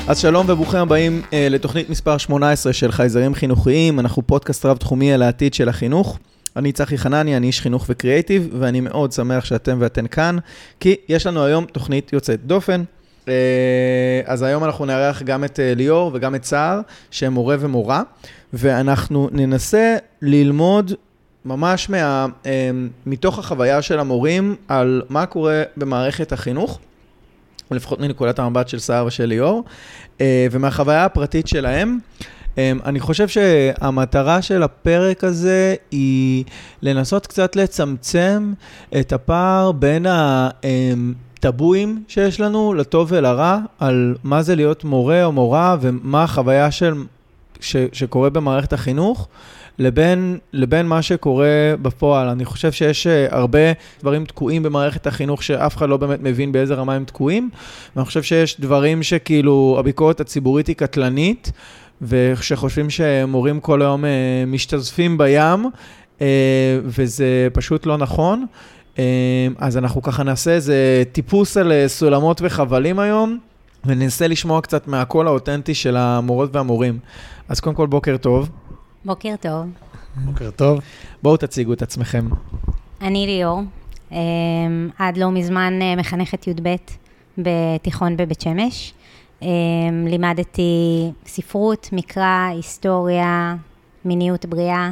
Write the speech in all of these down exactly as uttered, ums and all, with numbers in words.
אז שלום וברוכים הבאים אה, לתוכנית מספר שמונה עשרה של חייזרים חינוכיים. אנחנו פודקאסט רב תחומי על העתיד של החינוך. אני צחי חנני, אני איש חינוך וקריאייטיב, ואני מאוד שמח שאתם ואתן כאן, כי יש לנו היום תוכנית יוצאת דופן. אה, אז היום אנחנו נארח גם את אה, ליאור וגם את סער, שהם מורה ומורה, ואנחנו ננסה ללמוד ממש מה, אה, מתוך החוויה של המורים על מה קורה במערכת החינוך, לפחות מנקודת המבט של סער ושל ליאור, ומהחוויה הפרטית שלהם. אני חושב שהמטרה של הפרק הזה היא לנסות קצת לצמצם את הפער בין הטבואים שיש לנו לטוב ולרע, על מה זה להיות מורה או מורה ומה החוויה של, ש, שקורה במערכת החינוך, לבין, לבין מה שקורה בפועל. אני חושב שיש הרבה דברים תקועים במערכת החינוך שאף אחד לא באמת מבין באיזה רמה הם תקועים, ואני חושב שיש דברים שכאילו הביקורת הציבורית היא קטלנית, ושחושבים שמורים כל היום משתזפים בים, וזה פשוט לא נכון. אז אנחנו ככה נעשה איזה טיפוס על סולמות וחבלים היום, וננסה לשמוע קצת מהקול האותנטי של המורות והמורים. אז קודם כל בוקר טוב. בוקר טוב. בוקר טוב. בואו תציגו את עצמכם. אני ליאור, עד לא מזמן מחנכת י"ב בתיכון בבית שמש. לימדתי ספרות, מקרא, היסטוריה, מיניות בריאה,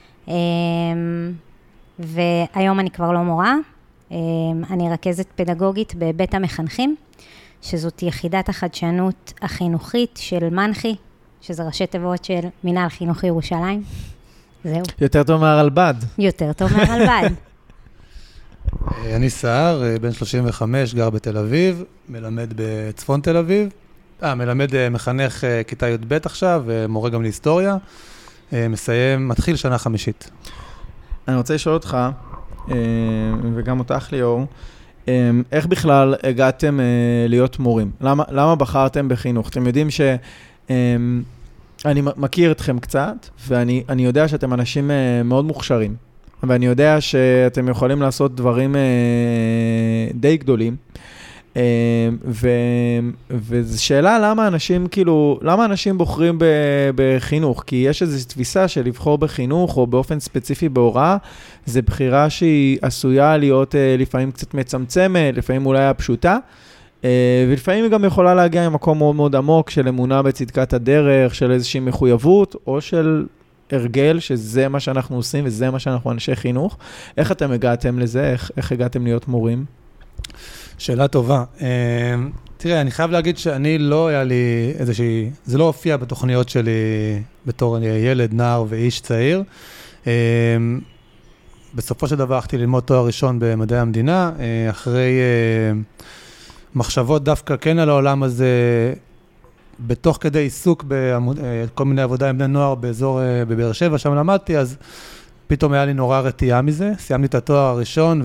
והיום אני כבר לא מורה. אני רכזת פדגוגית בבית המחנכים, שזאת יחידת החדשנות החינוכית של מנחי, שזה ראשי תיבות של מינהל חינוך ירושלים. זהו. יותר טוב מהרלב"ד. יותר טוב מהרלב"ד. אני סער, בן שלושים וחמש, גר בתל אביב, מלמד בצפון תל אביב. אה, מלמד מחנך כיתה י"ב עכשיו, מורה גם להיסטוריה. מסיים, מתחיל שנה חמישית. אני רוצה לשאול אותך, וגם אותך ליאור, איך בכלל הגעתם להיות מורים? למה, למה בחרתם בחינוך? אתם יודעים ש... אני מכיר אתכם קצת, ואני אני יודע שאתם אנשים מאוד מוכשרים, ואני יודע שאתם יכולים לעשות דברים די גדולים, ו, וזו שאלה למה אנשים כאילו, למה אנשים בוחרים בחינוך? כי יש איזו תפיסה של לבחור בחינוך, או באופן ספציפי בהוראה, זה בחירה שהיא עשויה להיות לפעמים קצת מצמצמת, לפעמים אולי הפשוטה, ולפעמים היא גם יכולה להגיע ממקום מאוד מאוד עמוק של אמונה בצדקת הדרך, של איזושהי מחויבות, או של הרגל, שזה מה שאנחנו עושים, וזה מה שאנחנו אנשי חינוך. איך אתם הגעתם לזה? איך, איך הגעתם להיות מורים? שאלה טובה. תראה, אני חייב להגיד שאני לא היה לי איזושהי, זה לא הופיע בתוכניות שלי בתור ילד, נער ואיש צעיר. בסופו של דבר הלכתי ללמוד תואר ראשון במדעי המדינה, אחרי מחשבות דווקא כן על העולם הזה, בתוך כדי עיסוק בכל מיני עבודה עם בני נוער באזור בבאר שבע, שם למדתי, אז פתאום היה לי נורא רתיעה מזה. סיימתי את התואר הראשון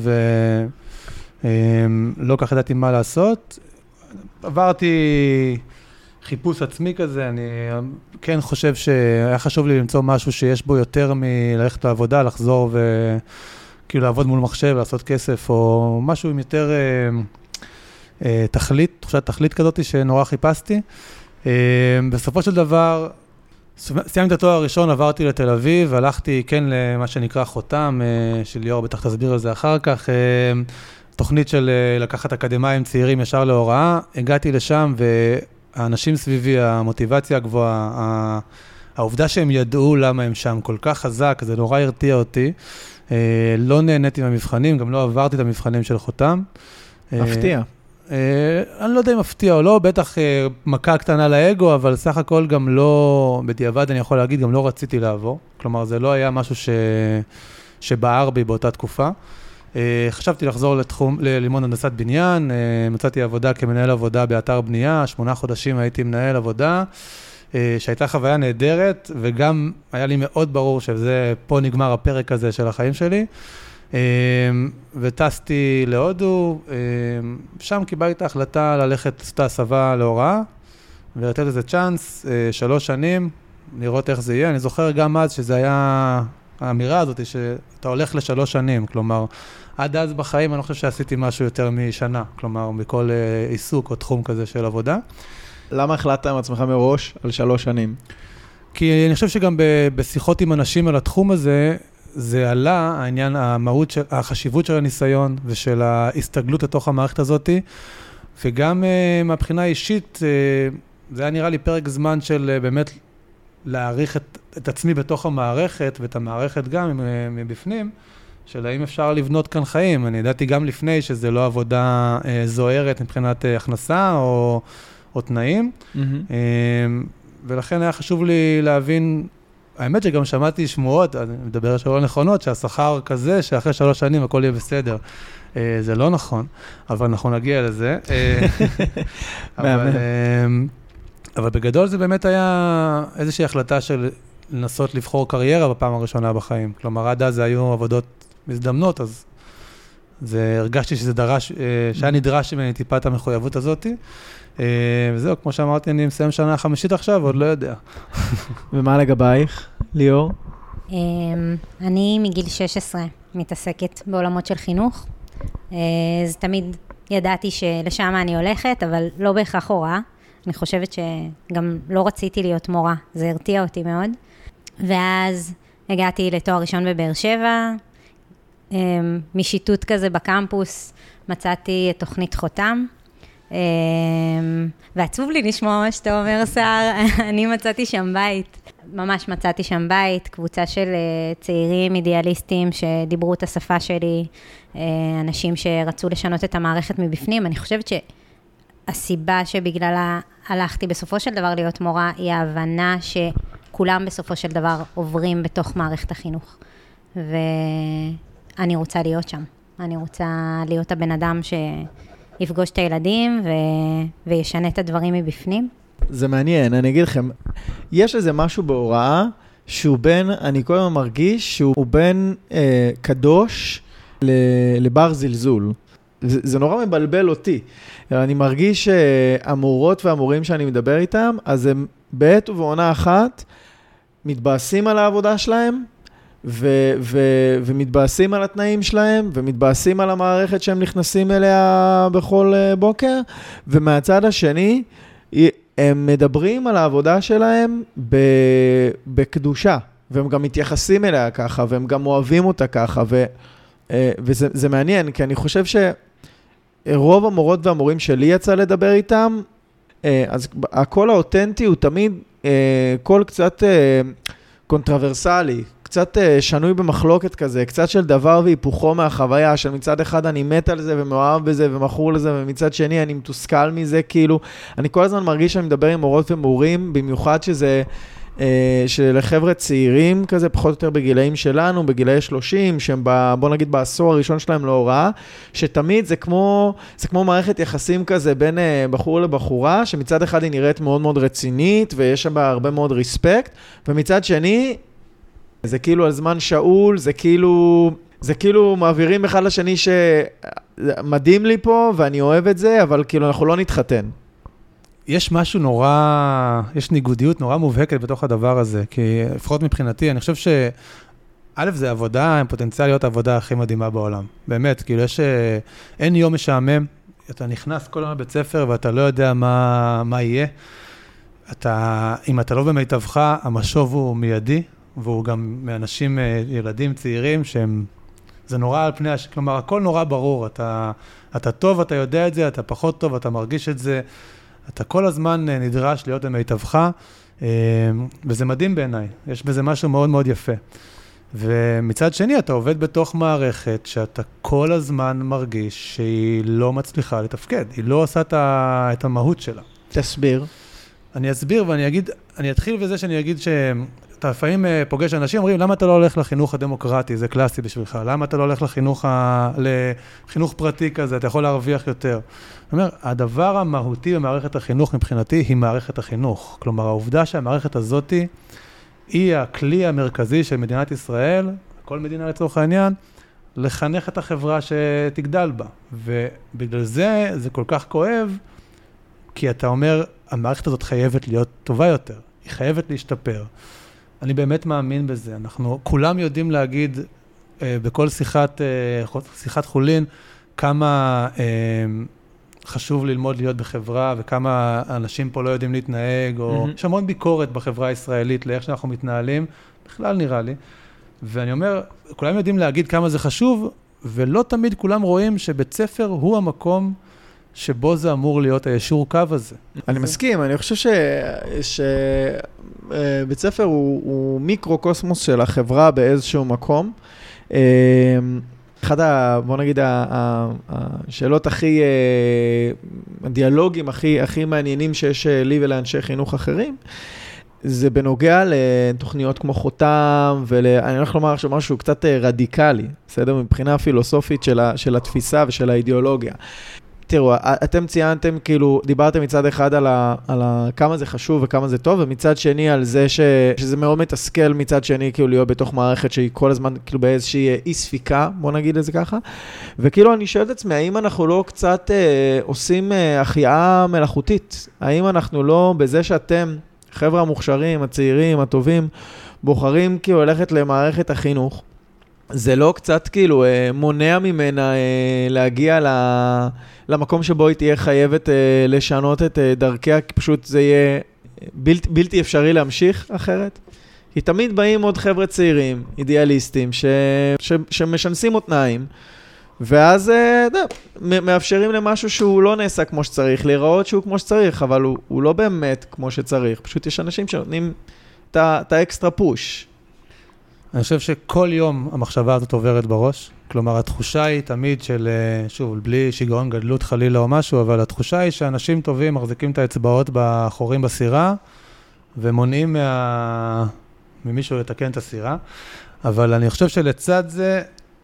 ולא כך ידעתי מה לעשות. עברתי חיפוש עצמי כזה, אני כן חושב שהיה חשוב לי למצוא משהו שיש בו יותר מללכת לעבודה, לחזור וכאילו לעבוד מול מחשב, לעשות כסף, או משהו עם יותר תכלית, תחושת תכלית כזאת שנורא חיפשתי. בסופו של דבר, סיימתי את התואר הראשון, עברתי לתל אביב, הלכתי כן למה שנקרא חותם, של ליאור, בטח תסביר על זה אחר כך, תוכנית של לקחת אקדמיים צעירים ישר להוראה, הגעתי לשם והאנשים סביבי, המוטיבציה הגבוהה, העובדה שהם ידעו למה הם שם כל כך חזק, זה נורא הרתיע אותי, לא נהניתי מהמבחנים, גם לא עברתי את המבחנים של חותם. מפתיע. אני לא יודע אם מפתיע או לא, בטח מכה קטנה לאגו, אבל סך הכל גם לא, בדיעבד אני יכול להגיד, גם לא רציתי לעבור. כלומר, זה לא היה משהו ש... שבער בי באותה תקופה. חשבתי לחזור לתחום, ללימוד הנדסת בניין, מצאתי עבודה כמנהל עבודה באתר בנייה, שמונה חודשים הייתי מנהל עבודה, שהייתה חוויה נהדרת, וגם היה לי מאוד ברור שזה, פה נגמר הפרק הזה של החיים שלי, וטסתי להודו, שם קיבלתי את ההחלטה ללכת לעשות הסבה להוראה, ולתת לזה צ'אנס, שלוש שנים, לראות איך זה יהיה. אני זוכר גם אז שזה היה, האמירה הזאת, שאתה הולך לשלוש שנים, כלומר, עד אז בחיים אני לא חושב שעשיתי משהו יותר משנה, כלומר, בכל עיסוק או תחום כזה של עבודה. למה החלטת עם עצמך מראש על שלוש שנים? כי אני חושב שגם בשיחות עם אנשים על התחום הזה, זה עלה, העניין, המהות של, החשיבות של הניסיון ושל ההסתגלות לתוך המערכת הזאת, וגם uh, מהבחינה האישית, uh, זה היה נראה לי פרק זמן של uh, באמת להעריך את, את עצמי בתוך המערכת, ואת המערכת גם מבפנים, של האם אפשר לבנות כאן חיים. אני ידעתי גם לפני שזה לא עבודה uh, זוהרת מבחינת uh, הכנסה או, או תנאים, mm-hmm. uh, ולכן היה חשוב לי להבין, האמת שגם שמעתי שמועות, אני מדבר שלא נכונות, שהשכר כזה, שאחרי שלוש שנים הכל יהיה בסדר. זה לא נכון, אבל אנחנו נגיע לזה. אבל, אבל בגדול זה באמת היה איזושהי החלטה של לנסות לבחור קריירה בפעם הראשונה בחיים. כלומר, עד אז היו עבודות מזדמנות, אז זה, הרגשתי שזה דרש, שהיה נדרש ממני טיפה את המחויבות הזאת. וזהו, כמו שאמרתי, אני מסיים שנה חמישית עכשיו, עוד לא יודע. ומה לגבייך, ליאור? אני מגיל שש עשרה מתעסקת בעולמות של חינוך. אז תמיד ידעתי שלשם אני הולכת, אבל לא בהכרח הוראה. אני חושבת שגם לא רציתי להיות מורה, זה הרתיע אותי מאוד. ואז הגעתי לתואר ראשון בבאר שבע, משיטוט כזה בקמפוס, מצאתי את תוכנית חותם, ועצוב לי לשמוע מה שאתה אומר, סער, אני מצאתי שם בית, ממש מצאתי שם בית, קבוצה של צעירים אידיאליסטים שדיברו את השפה שלי, אנשים שרצו לשנות את המערכת מבפנים. אני חושבת שהסיבה שבגללה הלכתי בסופו של דבר להיות מורה, היא ההבנה שכולם בסופו של דבר עוברים בתוך מערכת החינוך. ואני רוצה להיות שם. אני רוצה להיות הבן אדם שיפגוש את הילדים ו... וישנה את הדברים מבפנים. זה מעניין, אני אגיד לכם, יש איזה משהו בהוראה שהוא בין, אני כל הזמן מרגיש שהוא בין אה, קדוש לבר זלזול. זה, זה נורא מבלבל אותי. אני מרגיש שהמורות והמורים שאני מדבר איתם, אז הם בעת ובעונה אחת מתבאסים על העבודה שלהם, ו- ו- ומתבאסים על התנאים שלהם, ומתבאסים על המערכת שהם נכנסים אליה בכל בוקר, ומהצד השני, הם מדברים על העבודה שלהם בקדושה, והם גם מתייחסים אליה ככה, והם גם אוהבים אותה ככה, ו- וזה זה מעניין, כי אני חושב שרוב המורות והמורים שלי יצא לדבר איתם, אז הקול האותנטי הוא תמיד קול קצת קונטרוורסלי, קצת שנוי במחלוקת כזה, קצת של דבר והיפוכו מהחוויה, של מצד אחד אני מת על זה ומאוהב בזה ומחור לזה, ומצד שני אני מתוסכל מזה, כאילו, אני כל הזמן מרגיש שאני מדבר עם מורות ומורים, במיוחד שזה, שלחבר'ה צעירים כזה, פחות או יותר בגילאים שלנו, בגילאי שלושים, שהם ב, בוא נגיד בעשור הראשון שלהם להוראה, שתמיד זה כמו, זה כמו מערכת יחסים כזה בין בחור לבחורה, שמצד אחד היא נראית מאוד מאוד רצינית, ויש שם הרבה מאוד ריספקט, ומצד שני, זה כאילו על זמן שאול, זה כאילו, זה כאילו מעבירים אחד לשני שמדהים לי פה, ואני אוהב את זה, אבל כאילו אנחנו לא נתחתן. יש משהו נורא, יש ניגודיות נורא מובהקת בתוך הדבר הזה, כי לפחות מבחינתי, אני חושב ש... א', זה עבודה, עם פוטנציאל להיות העבודה הכי מדהימה בעולם. באמת, כאילו יש, אין יום משעמם, אתה נכנס כל יום לבית ספר, ואתה לא יודע מה, מה יהיה. אתה, אם אתה לא במיטבך, המשוב הוא מיידי, והוא גם מאנשים, ילדים צעירים, שהם, זה נורא על פני, כלומר, הכל נורא ברור, אתה, אתה טוב, אתה יודע את זה, אתה פחות טוב, אתה מרגיש את זה, אתה כל הזמן נדרש להיות במיטבך, וזה מדהים בעיניי, יש בזה משהו מאוד מאוד יפה. ומצד שני, אתה עובד בתוך מערכת שאתה כל הזמן מרגיש שהיא לא מצליחה לתפקד, היא לא עושה את המהות שלה. תסביר. אני אסביר ואני אגיד, אני אתחיל בזה שאני אגיד ש... אתה לפעמים פוגש אנשים, אומרים, למה אתה לא הולך לחינוך הדמוקרטי? זה קלאסי בשבילך. למה אתה לא הולך לחינוך, ה... לחינוך פרטי כזה? אתה יכול להרוויח יותר. זאת אומרת, הדבר המהותי במערכת החינוך מבחינתי היא מערכת החינוך. כלומר, העובדה שהמערכת הזאת היא הכלי המרכזי של מדינת ישראל, כל מדינה לצורך העניין, לחנך את החברה שתגדל בה. ובגלל זה זה כל כך כואב, כי אתה אומר, המערכת הזאת חייבת להיות טובה יותר. היא חייבת להשתפר. אני באמת מאמין בזה. אנחנו כולם יודעים להגיד אה, בכל שיחת, אה, שיחת חולין כמה אה, חשוב ללמוד להיות בחברה, וכמה אנשים פה לא יודעים להתנהג, או יש המון ביקורת בחברה הישראלית לאיך שאנחנו מתנהלים, בכלל נראה לי. ואני אומר, כולם יודעים להגיד כמה זה חשוב, ולא תמיד כולם רואים שבית ספר הוא המקום שבו זה אמור להיות הישור קו הזה. אני מסכים, אני חושב שבית ספר הוא מיקרו-קוסמוס של החברה באיזשהו מקום. אחד, בוא נגיד, השאלות הכי, הדיאלוגים הכי, הכי מעניינים שיש לי ולאנשי חינוך אחרים, זה בנוגע לתוכניות כמו חותם, ואני הולך לומר עכשיו משהו קצת רדיקלי, בסדר? מבחינה פילוסופית של, של התפיסה ושל האידיאולוגיה. תראו, אתם ציינתם, כאילו, דיברתם מצד אחד על, ה, על ה, כמה זה חשוב וכמה זה טוב, ומצד שני על זה ש, שזה מאוד מתסכל מצד שני, כאילו, להיות בתוך מערכת שהיא כל הזמן, כאילו, באיזושהי אי ספיקה, בוא נגיד את זה ככה. וכאילו, אני שואל את עצמי, האם אנחנו לא קצת אה, עושים אה, החייאה מלאכותית? האם אנחנו לא, בזה שאתם, חבר'ה המוכשרים, הצעירים, הטובים, בוחרים כאילו ללכת למערכת החינוך, זה לא קצת כאילו מונע ממנה להגיע למקום שבו היא תהיה חייבת לשנות את דרכיה, כי פשוט זה יהיה בלתי, בלתי אפשרי להמשיך אחרת? כי תמיד באים עוד חבר'ה צעירים, אידיאליסטים, ש, ש, שמשנסים מותניים, ואז דה, מאפשרים למשהו שהוא לא נעשה כמו שצריך, להיראות שהוא כמו שצריך, אבל הוא, הוא לא באמת כמו שצריך. פשוט יש אנשים שנותנים את האקסטרה פוש. אני חושב שכל יום המחשבה הזאת עוברת בראש. כלומר, התחושה היא תמיד של, שוב, בלי שיגעון גדלות חלילה או משהו, אבל התחושה היא שאנשים טובים מחזיקים את האצבעות בחורים בסירה, ומונעים מה... ממישהו לתקן את הסירה. אבל אני חושב שלצד זה,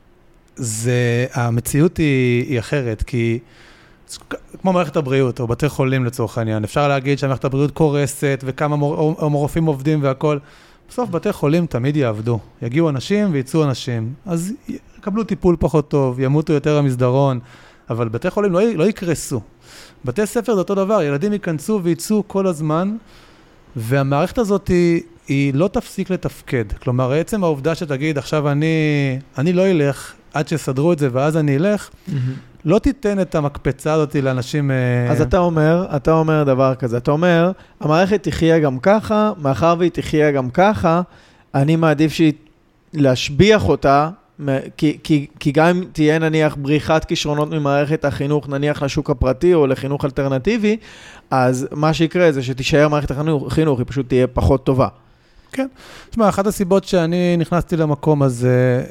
זה, המציאות היא, היא אחרת, כי כמו מערכת הבריאות, או בתי חולים לצורך העניין, אפשר להגיד שהמערכת הבריאות קורסת, וכמה רופאים עובדים והכל. בסוף בתי חולים תמיד יעבדו. יגיעו אנשים ויצאו אנשים. אז יקבלו טיפול פחות טוב, ימותו יותר המסדרון, אבל בתי חולים לא, לא יקרסו. בתי ספר זה אותו דבר, ילדים ייכנסו ויצאו כל הזמן, והמערכת הזאת היא, היא לא תפסיק לתפקד. כלומר, עצם העובדה שתגיד, עכשיו אני, אני לא אלך, עד שסדרו את זה ואז אני אלך, mm-hmm. לא תיתן את המקפצה הזאת לאנשים... אז אתה אומר, אתה אומר דבר כזה, אתה אומר, המערכת תחיה גם ככה, מאחר והיא תחיה גם ככה, אני מעדיף שהיא להשביח אותה, כי, כי, כי גם אם תהיה נניח בריחת כישרונות ממערכת החינוך, נניח לשוק הפרטי או לחינוך אלטרנטיבי, אז מה שיקרה זה שתישאר מערכת החינוך, היא פשוט תהיה פחות טובה. כן. תשמע, אחת הסיבות שאני נכנסתי למקום הזה,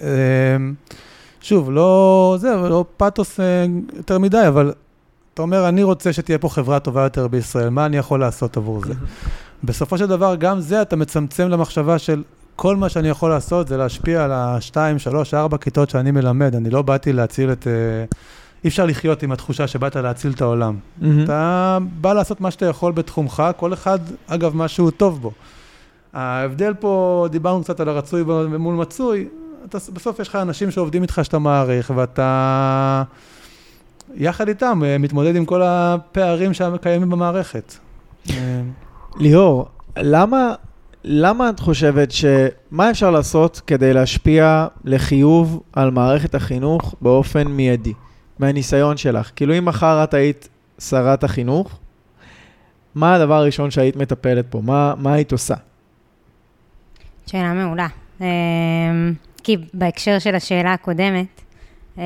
שוב, לא, זה, לא פאטוס יותר מדי, אבל אתה אומר, אני רוצה שתהיה פה חברה טובה יותר בישראל, מה אני יכול לעשות עבור זה? בסופו של דבר, גם זה אתה מצמצם למחשבה של כל מה שאני יכול לעשות, זה להשפיע על השתיים, שלוש, ארבע כיתות שאני מלמד. אני לא באתי להציל את... אי אפשר לחיות עם התחושה שבאת להציל את העולם. אתה בא לעשות מה שאתה יכול בתחומך, כל אחד, אגב, משהו טוב בו. ההבדל פה, דיברנו קצת על הרצוי מול מצוי, אתה, בסוף יש לך אנשים שעובדים איתך שאתה מעריך, ואתה יחד איתם מתמודד עם כל הפערים שקיימים במערכת. ליאור, למה, למה את חושבת שמה אפשר לעשות כדי להשפיע לחיוב על מערכת החינוך באופן מיידי, מהניסיון שלך? כאילו אם מחר את היית שרת החינוך, מה הדבר הראשון שהיית מטפלת פה? מה, מה היית עושה? שאלה מעולה. כי בהקשר של השאלה הקודמת, אני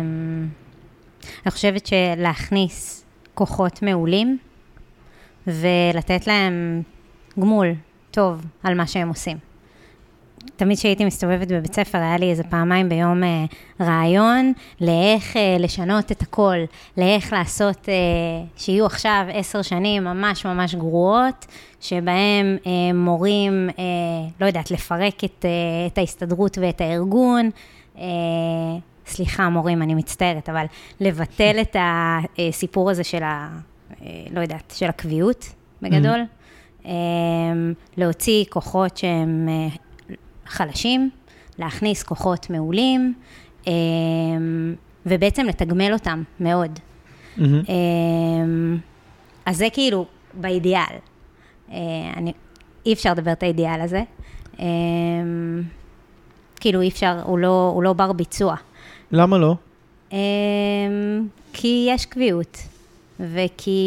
חושבת שלהכניס כוחות מעולים ולתת להם גמול טוב על מה שהם עושים. תמיד שהייתי מסתובבת בבית ספר, היה לי איזה פעמיים ביום רעיון לאיך לשנות את הכל, לאיך לעשות שיהיו עכשיו עשר שנים ממש ממש גרועות, שבהם מורים, לא יודעת, לפרק את, את ההסתדרות ואת הארגון, סליחה מורים, אני מצטערת, אבל לבטל את הסיפור הזה של ה, לא יודעת, של הקביעות בגדול, להוציא כוחות שהם חלשים, להכניס כוחות מעולים, ובעצם לתגמל אותם מאוד. אז זה כאילו באידיאל. אני, אי אפשר לדבר את האידיאל הזה. כאילו אי אפשר, הוא לא, הוא לא בר ביצוע. למה לא? כי יש קביעות. וכי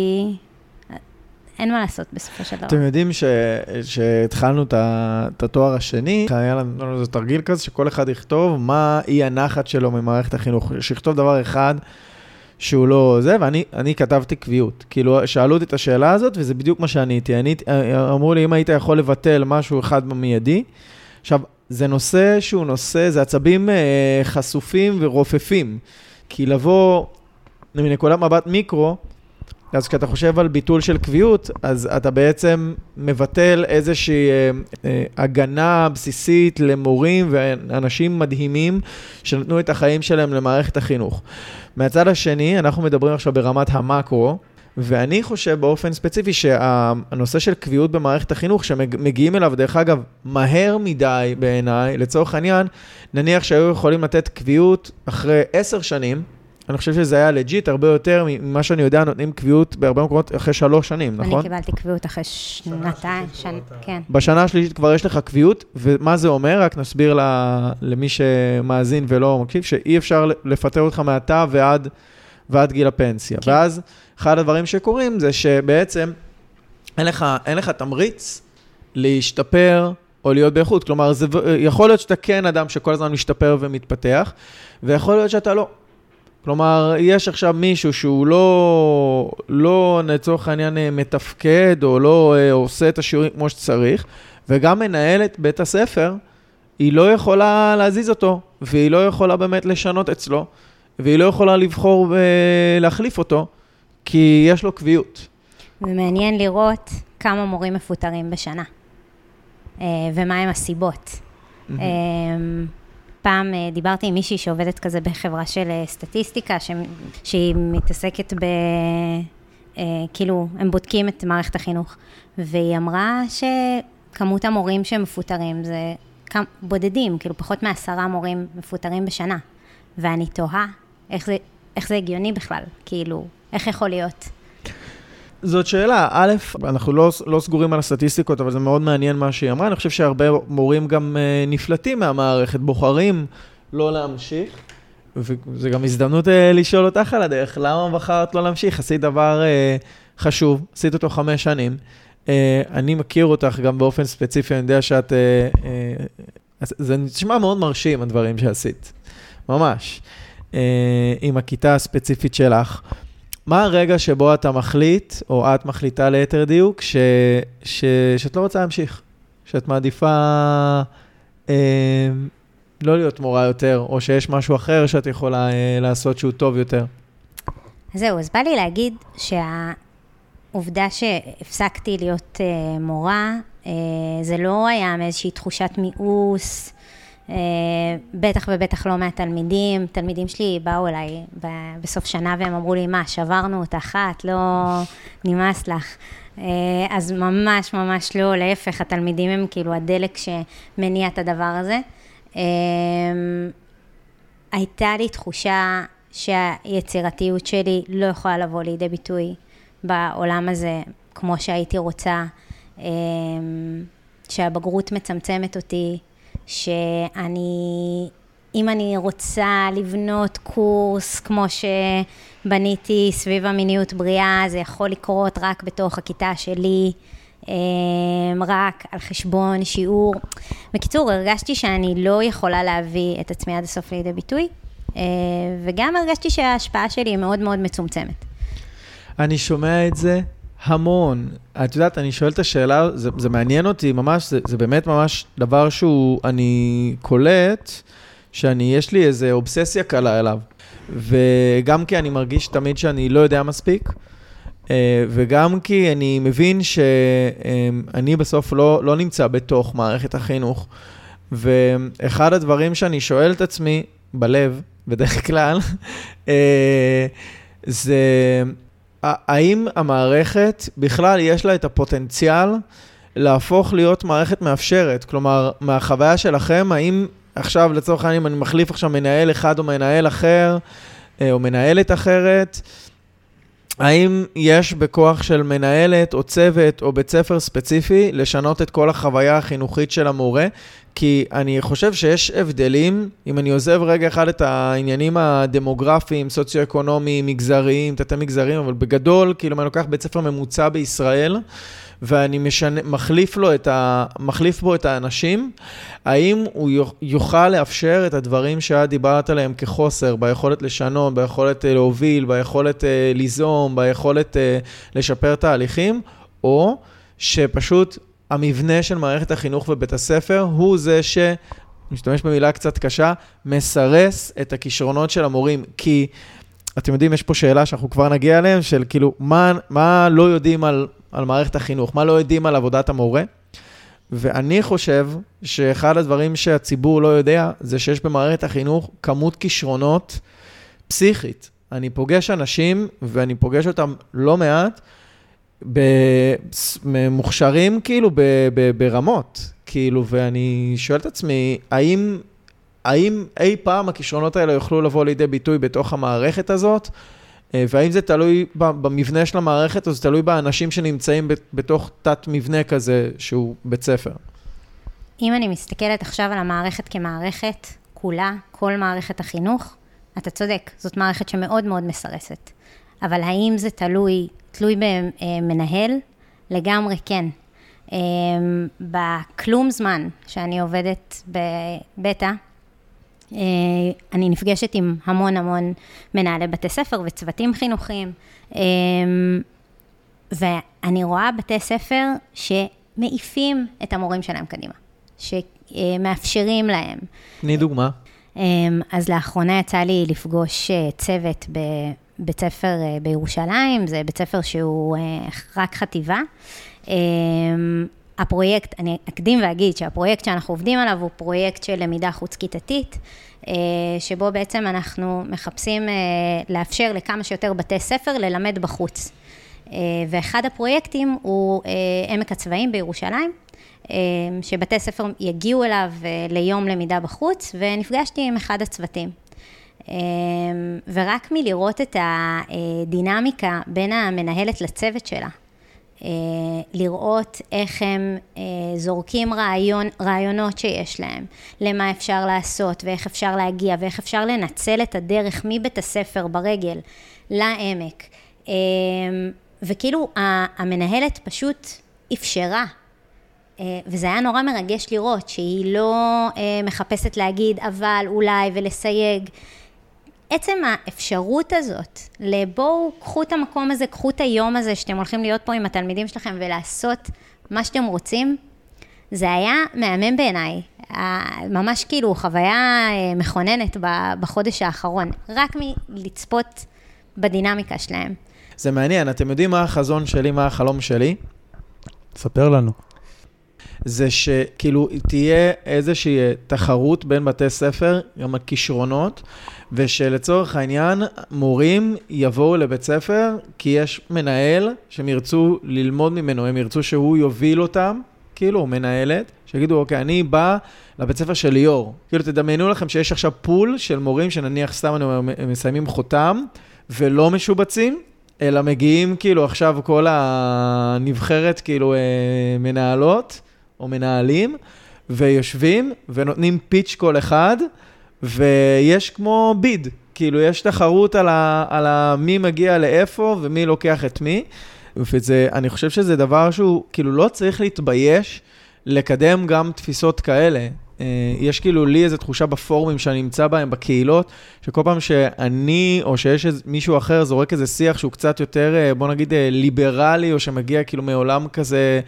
אין מה לעשות בסופו של דבר. אתם יודעים שהתחלנו את התואר השני, היה לנו איזה תרגיל כזה שכל אחד יכתוב מה היא הנחת שלו ממערכת החינוך, שיכתוב דבר אחד שהוא לא זה, ואני אני כתבתי קביעות. כאילו, שאלו אותי את השאלה הזאת, וזה בדיוק מה שאני הייתי. אני, אמרו לי, אם היית יכול לבטל משהו אחד במיידי, עכשיו, זה נושא שהוא נושא, זה עצבים אה, חשופים ורופפים, כי לבוא מנקודת מבט מיקרו, אז כשאתה חושב על ביטול של קביעות, אז אתה בעצם מבטל איזושהי אה, אה, הגנה בסיסית למורים ואנשים מדהימים שנתנו את החיים שלהם למערכת החינוך. מהצד השני, אנחנו מדברים עכשיו ברמת המקרו, ואני חושב באופן ספציפי שהנושא של קביעות במערכת החינוך, שמגיעים אליו, דרך אגב, מהר מדי בעיניי, לצורך העניין, נניח שהיו יכולים לתת קביעות אחרי עשר שנים, אני חושב שזה היה לג'יט הרבה יותר ממה שאני יודע, נותנים קביעות בהרבה מקומות אחרי שלוש שנים, נכון? אני קיבלתי קביעות אחרי שנתיים, כן. בשנה השלישית כבר יש לך קביעות, ומה זה אומר? רק נסביר למי שמאזין ולא מקשיב, שאי אפשר לפטר אותך מעתה ועד, ועד גיל הפנסיה. כן. ואז אחד הדברים שקורים זה שבעצם אין לך, אין לך תמריץ להשתפר או להיות באיכות. כלומר, זה יכול להיות שאתה כן אדם שכל הזמן משתפר ומתפתח, ויכול להיות שאתה לא. כלומר, יש עכשיו מישהו שהוא לא, לא לצורך העניין מתפקד, או לא עושה את השיעורים כמו שצריך, וגם מנהלת בית הספר, היא לא יכולה להזיז אותו, והיא לא יכולה באמת לשנות אצלו, והיא לא יכולה לבחור ולהחליף אותו, כי יש לו קביעות. ומעניין לראות כמה מורים מפוטרים בשנה, ומה הם הסיבות. Mm-hmm. פעם דיברתי עם מישהי שעובדת כזה בחברה של סטטיסטיקה, שהיא מתעסקת ב... כאילו, הם בודקים את מערכת החינוך, והיא אמרה שכמות המורים שמפוטרים זה בודדים, כאילו פחות מעשרה מורים מפוטרים בשנה, ואני תוהה איך זה, איך זה הגיוני בכלל, כאילו, איך יכול להיות? זאת שאלה. א', אנחנו לא, לא סגורים על הסטטיסטיקות, אבל זה מאוד מעניין מה שהיא אמרה. אני חושב שהרבה מורים גם נפלטים מהמערכת, בוחרים לא להמשיך, וזה גם הזדמנות לשאול אותך על הדרך, למה בחרת לא להמשיך? עשית דבר חשוב, עשית אותו חמש שנים. אני מכיר אותך גם באופן ספציפי, אני יודע שאת... זה נשמע מאוד מרשים, הדברים שעשית. ממש. עם הכיתה הספציפית שלך. מה הרגע שבו אתה מחליט, או את מחליטה ליתר דיוק, ש, ש, שאת לא רוצה להמשיך? שאת מעדיפה אה, לא להיות מורה יותר, או שיש משהו אחר שאת יכולה אה, לעשות שהוא טוב יותר? זהו, אז בא לי להגיד שהעובדה שהפסקתי להיות אה, מורה, אה, זה לא היה מאיזושהי תחושת מיאוס, בטח ובטח לא מהתלמידים. תלמידים שלי באו אליי בסוף שנה והם אמרו לי, מה, שברנו אותה אחת, לא נמאס לך. אז ממש ממש לא, להפך, התלמידים הם כאילו הדלק שמניע את הדבר הזה. הייתה לי תחושה שהיצירתיות שלי לא יכולה לבוא לידי ביטוי בעולם הזה כמו שהייתי רוצה, שהבגרות מצמצמת אותי, שאני, אם אני רוצה לבנות קורס כמו שבניתי סביב המיניות בריאה, זה יכול לקרות רק בתוך הכיתה שלי, רק על חשבון שיעור. בקיצור, הרגשתי שאני לא יכולה להביא את עצמי עד הסוף לידי ביטוי, וגם הרגשתי שההשפעה שלי היא מאוד מאוד מצומצמת. אני שומע את זה המון. את יודעת, אני שואל את השאלה, זה, זה מעניין אותי ממש, זה, זה באמת ממש דבר שהוא, אני קולט, שאני, יש לי איזו אובססיה קלה אליו. וגם כי אני מרגיש תמיד שאני לא יודע מספיק, וגם כי אני מבין שאני בסוף לא, לא נמצא בתוך מערכת החינוך. ואחד הדברים שאני שואל את עצמי בלב, בדרך כלל, זה... האם המערכת בכלל יש לה את הפוטנציאל להפוך להיות מערכת מאפשרת? כלומר, מהחוויה שלכם, האם עכשיו לצורך העניין אני מחליף עכשיו מנהל אחד או מנהל אחר, או מנהלת אחרת, האם יש בכוח של מנהלת או צוות או בית ספר ספציפי לשנות את כל החוויה החינוכית של המורה? כי אני חושב שיש הבדלים, אם אני עוזב רגע אחד את העניינים הדמוגרפיים, סוציו-אקונומיים, מגזריים, תתי מגזריים, אבל בגדול, כאילו אני לוקח בית ספר ממוצע בישראל, ואני משנה, מחליף, לו את ה, מחליף בו את האנשים, האם הוא יוכל לאפשר את הדברים שאת דיברת עליהם כחוסר, ביכולת לשנות, ביכולת להוביל, ביכולת ליזום, ביכולת לשפר תהליכים, או שפשוט המבנה של מערכת החינוך ובית הספר הוא זה ש, משתמש במילה קצת קשה, מסרס את הכישרונות של המורים, כי אתם יודעים, יש פה שאלה שאנחנו כבר נגיע עליהם, של כאילו, מה, מה לא יודעים על, על מערכת החינוך, מה לא יודעים על עבודת המורה, ואני חושב שאחד הדברים שהציבור לא יודע, זה שיש במערכת החינוך כמות כישרונות פסיכית. אני פוגש אנשים, ואני פוגש אותם לא מעט, במוכשרים כאילו ב, ב, ברמות, כאילו, ואני שואל את עצמי, האם, האם אי פעם הכישרונות האלה יוכלו לבוא לידי ביטוי בתוך המערכת הזאת, והאם זה תלוי במבנה של המערכת, או זה תלוי באנשים שנמצאים בתוך תת מבנה כזה שהוא בית ספר? אם אני מסתכלת עכשיו על המערכת כמערכת, כולה, כל מערכת החינוך, אתה צודק, זאת מערכת שמאוד מאוד מסרסת. אבל האם זה תלוי, תלוי במנהל? לגמרי כן. בכלום זמן שאני עובדת בבטא, אני נפגשת עם המון המון מנהלי בתי ספר וצוותים חינוכיים, ואני רואה בתי ספר שמעיפים את המורים שלהם קדימה, שמאפשרים להם. תני דוגמה. אז לאחרונה יצא לי לפגוש צוות בבית ספר בירושלים, זה בית ספר שהוא רק חטיבה. הפרויקט, אני אקדים ואגיד שהפרויקט שאנחנו עובדים עליו הוא פרויקט של למידה חוץ-כיתתית, שבו בעצם אנחנו מחפשים לאפשר לכמה שיותר בתי ספר ללמד בחוץ. ואחד הפרויקטים הוא עמק הצבאים בירושלים, שבתי ספר יגיעו אליו ליום למידה בחוץ, ונפגשתי עם אחד הצוותים. ורק מלראות את הדינמיקה בין המנהלת לצוות שלה, לראות איך הם זורקים רעיון, רעיונות שיש להם, למה אפשר לעשות ואיך אפשר להגיע ואיך אפשר לנצל את הדרך מבית הספר ברגל לעמק. וכאילו המנהלת פשוט אפשרה, וזה היה נורא מרגש לראות שהיא לא מחפשת להגיד אבל אולי ולסייג. עצם האפשרות הזאת, לבואו, קחו את המקום הזה, קחו את היום הזה שאתם הולכים להיות פה עם התלמידים שלכם ולעשות מה שאתם רוצים, זה היה מהמם בעיניי. ממש כאילו חוויה מכוננת בחודש האחרון, רק מלצפות בדינמיקה שלהם. זה מעניין, אתם יודעים מה החזון שלי, מה החלום שלי? ספר לנו. זה שכאילו תהיה איזושהי תחרות בין בתי ספר, גם הכישרונות, ושלצורך העניין מורים יבואו לבית ספר, כי יש מנהל שהם ירצו ללמוד ממנו, הם ירצו שהוא יוביל אותם, כאילו מנהלת, שיגידו, אוקיי, אני בא לבית ספר של ליאור. כאילו תדמיינו לכם שיש עכשיו פול של מורים שנניח סתם אני אומר, מסיימים חותם, ולא משובצים, אלא מגיעים כאילו עכשיו כל הנבחרת כאילו מנהלות, או מנהלים, ויושבים ונותנים פיץ' כל אחד, ויש כמו ביד, כאילו יש תחרות על, ה, על ה, מי מגיע לאיפה ומי לוקח את מי, וזה, אני חושב שזה דבר שהוא כאילו לא צריך להתבייש לקדם גם תפיסות כאלה. יש כאילו לי איזו תחושה בפורומים שאני נמצא בהם, בקהילות, שכל פעם שאני או שיש מישהו אחר זורק איזה שיח שהוא קצת יותר, בוא נגיד, ליברלי, או שמגיע כאילו מעולם כזה,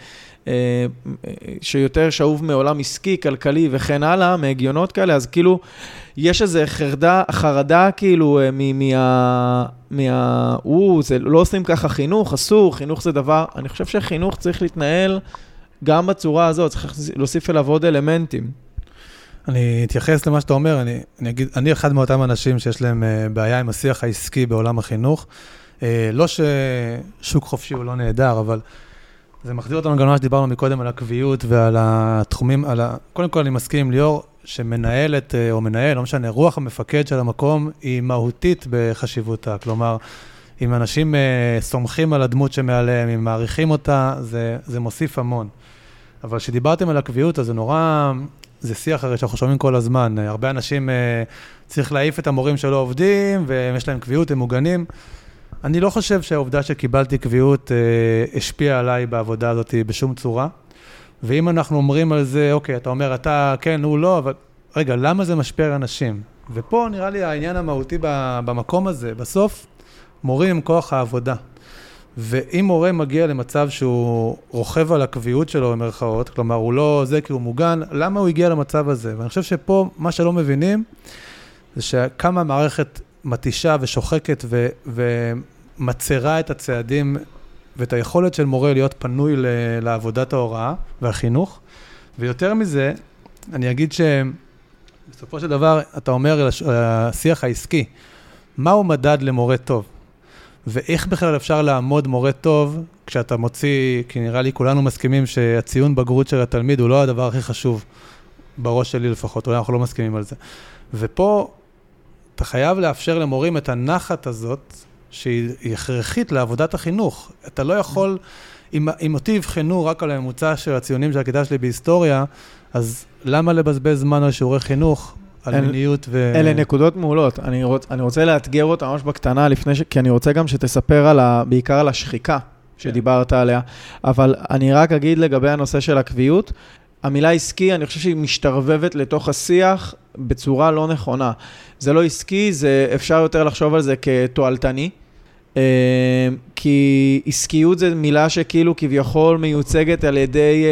שיותר שאוב מעולם עסקי, כלכלי וכן הלאה, מהגיונות כאלה, אז כאילו יש איזו חרדה, חרדה כאילו מה, מה, או, זה לא עושים ככה חינוך, אסור, חינוך זה דבר, אני חושב שחינוך צריך להתנהל גם בצורה הזאת, צריך להוסיף אליו עוד אלמנטים. אני אתייחס למה שאתה אומר, אני, אני אגיד, אני אחד מאותם אנשים שיש להם בעיה עם השיח העסקי בעולם החינוך, לא ששוק חופשי הוא לא נהדר, אבל זה מחזיר אותנו גם מה שדיברנו מקודם על הקביעות ועל התחומים, על ה... קודם כל אני מסכים עם ליאור, שמנהלת או מנהל, לא משנה, רוח המפקד של המקום היא מהותית בחשיבותה, כלומר, אם אנשים uh, סומכים על הדמות שמעליהם, אם מעריכים אותה, זה, זה מוסיף המון. אבל כשדיברתם על הקביעות, אז זה נורא, זה שיח הרי שאנחנו שומעים כל הזמן. הרבה אנשים uh, צריך להעיף את המורים שלא עובדים, ויש להם קביעות, הם מוגנים. אני לא חושב שהעובדה שקיבלתי קביעות uh, השפיעה עליי בעבודה הזאת בשום צורה. ואם אנחנו אומרים על זה, אוקיי, אתה אומר, אתה כן, הוא לא, אבל רגע, למה זה משפיע על אנשים? ופה נראה לי העניין המהותי במקום הזה. בסוף, מורים הם כוח העבודה. ואם מורה מגיע למצב שהוא רוכב על הקביעות שלו במרכאות, כלומר, הוא לא זה כי הוא מוגן, למה הוא הגיע למצב הזה? ואני חושב שפה, מה שלא מבינים, זה שכמה המערכת מתישה ושוחקת ו- ומצרה את הצעדים ואת היכולת של מורה להיות פנוי ל- לעבודת ההוראה והחינוך. ויותר מזה, אני אגיד שבסופו של דבר, אתה אומר, השיח העסקי, מהו מדד למורה טוב? ואיך בכלל אפשר לעמוד מורה טוב כשאתה מוציא, כי נראה לי כולנו מסכימים שהציון בגרות של התלמיד הוא לא הדבר הכי חשוב, בראש שלי לפחות, אולי אנחנו לא מסכימים על זה. ופה אתה חייב לאפשר למורים את הנחת הזאת, שהיא הכרחית לעבודת החינוך. אתה לא יכול, אם, אם אותי יבחנו רק על הממוצע של הציונים של הכיתה שלי בהיסטוריה, אז למה לבזבז זמן על שיעורי חינוך? על מיניות ו... אלה נקודות מעולות. אני, רוצ, אני רוצה לאתגר אותה ממש בקטנה לפני ש... כי אני רוצה גם שתספר על ה... בעיקר על השחיקה שדיברת עליה. אבל אני רק אגיד לגבי הנושא של הקביעות. המילה עסקי, אני חושב שהיא משתרבבת לתוך השיח בצורה לא נכונה. זה לא עסקי, זה אפשר יותר לחשוב על זה כתועלתני. כי עסקיות זה מילה שכאילו כביכול מיוצגת על ידי...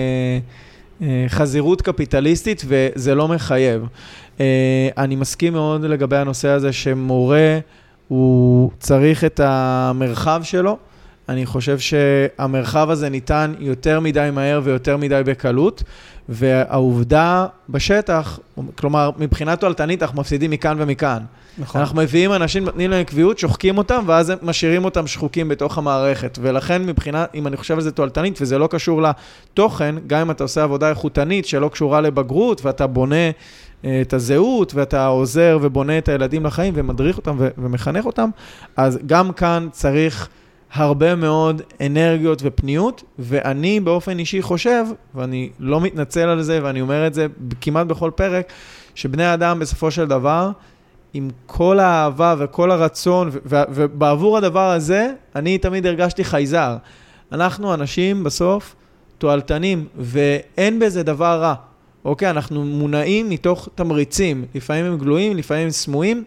חזירות קפיטליסטית, וזה לא מחייב. אני מסכים מאוד לגבי הנושא הזה שמורה הוא צריך את המרחב שלו. אני חושב שהמרחב הזה ניתן יותר מדי מהר ויותר מדי בקלות, והעובדה בשטח, כלומר, מבחינת תועלתנית, אנחנו מפסידים מכאן ומכאן. נכון. אנחנו מביאים אנשים, נותנים להם קביעות, שוחקים אותם, ואז משאירים אותם שחוקים בתוך המערכת. ולכן, מבחינת, אם אני חושב על זה תועלתנית, וזה לא קשור לתוכן, גם אם אתה עושה עבודה איכותנית שלא קשורה לבגרות, ואתה בונה את הזהות, ואתה עוזר ובונה את הילדים לחיים, ומדריך אותם ומחנך אותם, אז גם כאן צריך הרבה מאוד אנרגיות ופניות, ואני באופן אישי חושב, ואני לא מתנצל על זה, ואני אומר את זה כמעט בכל פרק, שבני אדם בסופו של דבר, עם כל האהבה וכל הרצון, ובעבור הדבר הזה, אני תמיד הרגשתי חייזר. אנחנו אנשים בסוף תועלתנים, ואין בזה דבר רע. אוקיי, אנחנו מונעים מתוך תמריצים, לפעמים הם גלויים, לפעמים הם סמויים,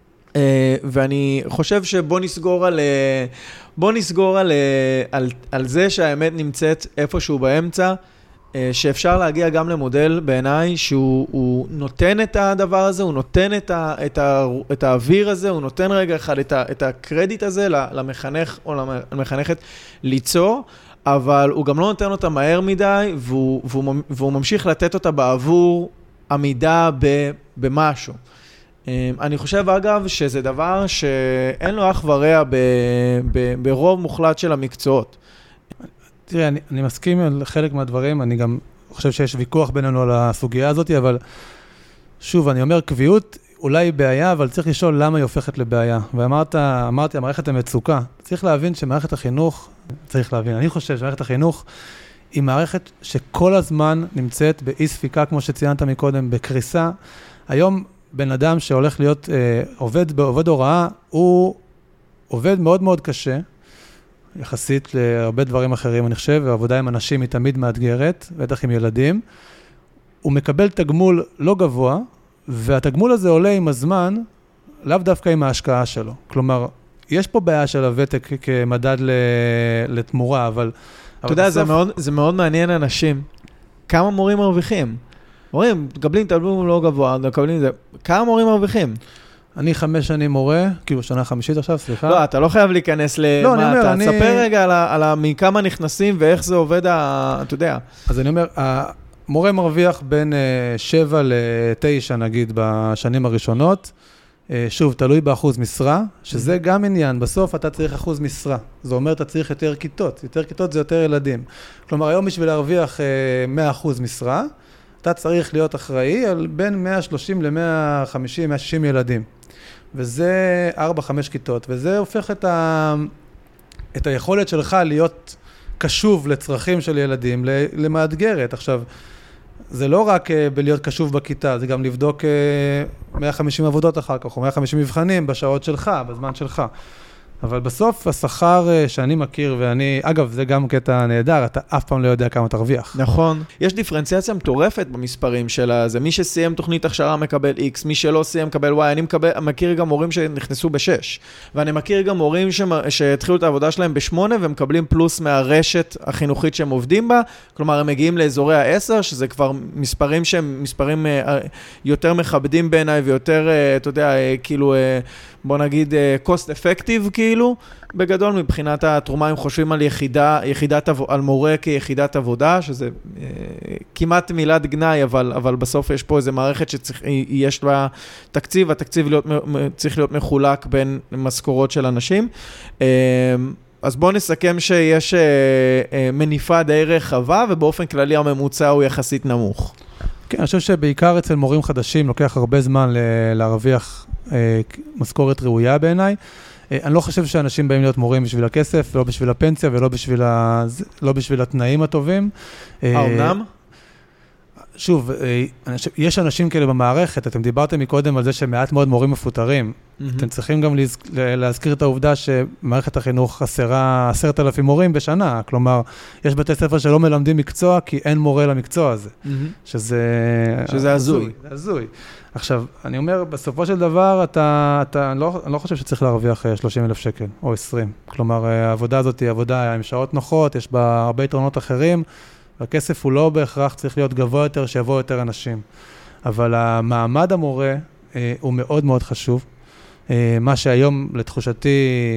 ואני חושב שבוא נסגור על, בוא נסגור על, על, על זה שהאמת נמצאת איפשהו באמצע, שאפשר להגיע גם למודל בעיניי שהוא נותן את הדבר הזה, הוא נותן את, ה, את, ה, את האוויר הזה, הוא נותן רגע אחד את, ה, את הקרדיט הזה למחנך או למחנכת ליצור, אבל הוא גם לא נותן אותה מהר מדי, והוא, והוא, והוא ממשיך לתת אותה בעבור עמידה במשהו. אני חושב אגב שזה דבר שאין לו אח ורע ב, ב, ברוב מוחלט של המקצועות. תראה, אני, אני מסכים על חלק מהדברים, אני גם חושב שיש ויכוח בינינו על הסוגיה הזאת, אבל שוב, אני אומר, קביעות אולי היא בעיה, אבל צריך לשאול למה היא הופכת לבעיה. ואמרת, אמרתי, המערכת המצוקה. צריך להבין שמערכת החינוך, צריך להבין, אני חושב שמערכת החינוך היא מערכת שכל הזמן נמצאת באי ספיקה, כמו שציינת מקודם, בקריסה. היום בן אדם שהולך להיות אה, עובד בעובד הוראה, הוא עובד מאוד מאוד קשה, יחסית להרבה דברים אחרים, אני חושב, והעבודה עם אנשים היא תמיד מאתגרת, בטח עם ילדים. הוא מקבל תגמול לא גבוה, והתגמול הזה עולה עם הזמן, לאו דווקא עם ההשקעה שלו. כלומר, יש פה בעיה של הוותק כמדד לתמורה, אבל... אתה יודע, זה מאוד, זה מאוד מעניין אנשים. כמה מורים מרוויחים? מורים, מקבלים תגמול לא גבוה, מקבלים זה. כמה מורים מרוויחים? אני חמש שנים מורה, כאילו שנה חמישית עכשיו, סליחה. לא, אתה לא חייב להיכנס למה, לא, אני אומר, אתה אני... תספר רגע על, על, על מכמה נכנסים ואיך זה עובד, ה, אתה יודע. אז אני אומר, המורה מרוויח בין שבע לתשע, נגיד, בשנים הראשונות. שוב, תלוי באחוז משרה, שזה גם עניין. בסוף אתה צריך אחוז משרה. זה אומר, אתה צריך יותר כיתות. יותר כיתות זה יותר ילדים. כלומר, היום בשביל להרוויח מאה אחוז משרה, אתה צריך להיות אחראי על בין מאה ושלושים ל-מאה וחמישים, מאה ושישים ילדים. וזה ארבע חמש כיתות, וזה הופך את, ה... את היכולת שלך להיות קשוב לצרכים של ילדים, למאתגרת. עכשיו, זה לא רק בלהיות קשוב בכיתה, זה גם לבדוק מאה וחמישים עבודות אחר כך, או מאה וחמישים מבחנים בשעות שלך, בזמן שלך. אבל בסוף השכר שאני מכיר, ואני, אגב, זה גם קטע נהדר, אתה אף פעם לא יודע כמה תרוויח. נכון. יש דיפרנציאציה מטורפת במספרים של זה. מי שסיים תוכנית הכשרה מקבל X, מי שלא סיים מקבל Y. אני מקבל, מכיר גם מורים שנכנסו בשש. ואני מכיר גם מורים שהתחילו את העבודה שלהם בשמונה, ומקבלים פלוס מהרשת החינוכית שהם עובדים בה. כלומר, הם מגיעים לאזורי העשר, שזה כבר מספרים שהם מספרים יותר מכבדים בעיניי, ויותר, אתה יודע, כאילו, בוא נגיד, cost effective, כאילו, בגדול, מבחינת התרומה, הם חושבים על יחידה, יחידת, על מורה כיחידת עבודה, שזה אה, כמעט מילת גנאי, אבל, אבל בסוף יש פה איזו מערכת שיש לה תקציב, התקציב להיות, צריך להיות מחולק בין משכורות של אנשים. אה, אז בואו נסכם שיש אה, אה, מניפה די רחבה, ובאופן כללי הממוצע הוא יחסית נמוך. כן, אני חושב שבעיקר אצל מורים חדשים לוקח הרבה זמן להרוויח אה, משכורת ראויה בעיניי. אני לא חושב שאנשים באים להיות מורים בשביל הכסף, לא בשביל הפנסיה ולא בשביל, ה... לא בשביל התנאים הטובים. האומנם? שוב, יש אנשים כאלה במערכת, אתם דיברתם מקודם על זה שמעט מאוד מורים מפוטרים. Mm-hmm. אתם צריכים גם להזכיר את העובדה שמערכת החינוך חסרה עשרת אלפים מורים בשנה, כלומר, יש בתי ספר שלא מלמדים מקצוע כי אין מורה למקצוע הזה, mm-hmm. שזה... שזה הזוי. זה הזוי. עכשיו, אני אומר, בסופו של דבר, אתה, אתה, אני לא, אני לא חושב שצריך להרוויח שלושים אלף שקל או עשרים. כלומר, העבודה הזאת היא עבודה עם שעות נוחות, יש בה הרבה יתרונות אחרים, והכסף הוא לא בהכרח צריך להיות גבוה יותר, שיבוא יותר אנשים. אבל המעמד המורה אה, הוא מאוד מאוד חשוב. אה, מה שהיום, לתחושתי,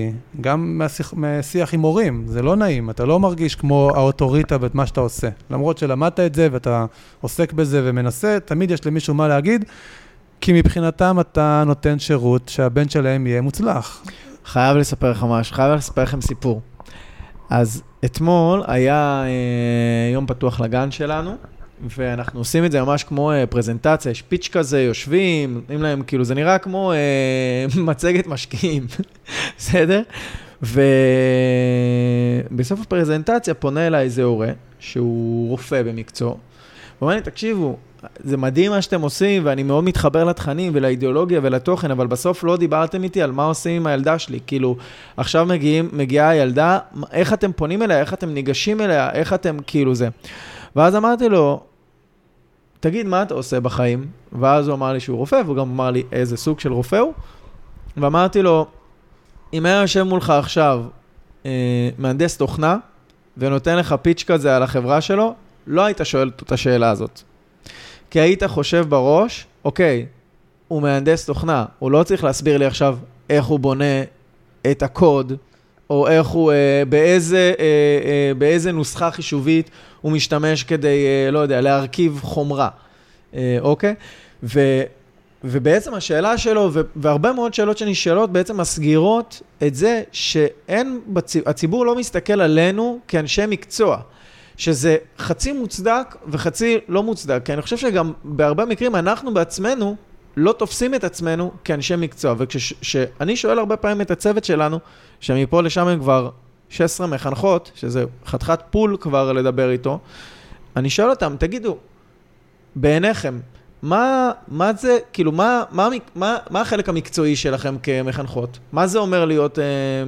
גם מהשיח, מהשיח עם מורים, זה לא נעים. אתה לא מרגיש כמו האוטוריטה ואת מה שאתה עושה. למרות שלמדת את זה ואתה עוסק בזה ומנסה, תמיד יש למישהו מה להגיד, כי מבחינתם אתה נותן שירות שהבן שלהם יהיה מוצלח. חייב לספר לך משהו, חייב לספר לכם סיפור. אז אתמול היה אה, יום פתוח לגן שלנו, ואנחנו עושים את זה ממש כמו אה, פרזנטציה, יש פיץ' כזה, יושבים, נותנים להם, כאילו זה נראה כמו אה, מצגת משקיעים, בסדר? ובסוף הפרזנטציה פונה אליי איזה הורה, שהוא רופא במקצוע, ואומר לי, תקשיבו, זה מדהים מה שאתם עושים, ואני מאוד מתחבר לתכנים ולאידיאולוגיה ולתוכן, אבל בסוף לא דיברתם איתי על מה עושים עם הילדה שלי. כאילו, עכשיו מגיעים, מגיעה הילדה, איך אתם פונים אליה, איך אתם ניגשים אליה, איך אתם כאילו זה. ואז אמרתי לו, תגיד, מה אתה עושה בחיים? ואז הוא אמר לי שהוא רופא, והוא גם אמר לי איזה סוג של רופא הוא. ואמרתי לו, אם היה יושב מולך עכשיו אה, מהנדס תוכנה, ונותן לך פיץ' כזה על החברה שלו, לא היית שואל את השאלה הזאת. כי היית חושב בראש, אוקיי, הוא מהנדס תוכנה, הוא לא צריך להסביר לי עכשיו איך הוא בונה את הקוד, או איך הוא, אה, באיזה, אה, אה, באיזה נוסחה חישובית הוא משתמש כדי, אה, לא יודע, להרכיב חומרה, אה, אוקיי? ו, ובעצם השאלה שלו, ו, והרבה מאוד שאלות שנשאלות, בעצם מסגירות את זה שאין, בציב, הציבור לא מסתכל עלינו כאנשי מקצוע. שזה חצי מוצדק וחצי לא מוצדק, כי אני חושב שגם בהרבה מקרים אנחנו בעצמנו לא תופסים את עצמנו כאנשי מקצוע, וכשאני שואל הרבה פעמים את הצוות שלנו, שמפה לשם הם כבר שש עשרה מחנכות, שזה חתיכת פול כבר לדבר איתו, אני שואל אותם, תגידו, בעיניכם, מה, מה זה, כאילו, מה, מה, מה, מה החלק המקצועי שלכם כמחנכות? מה זה אומר להיות אה,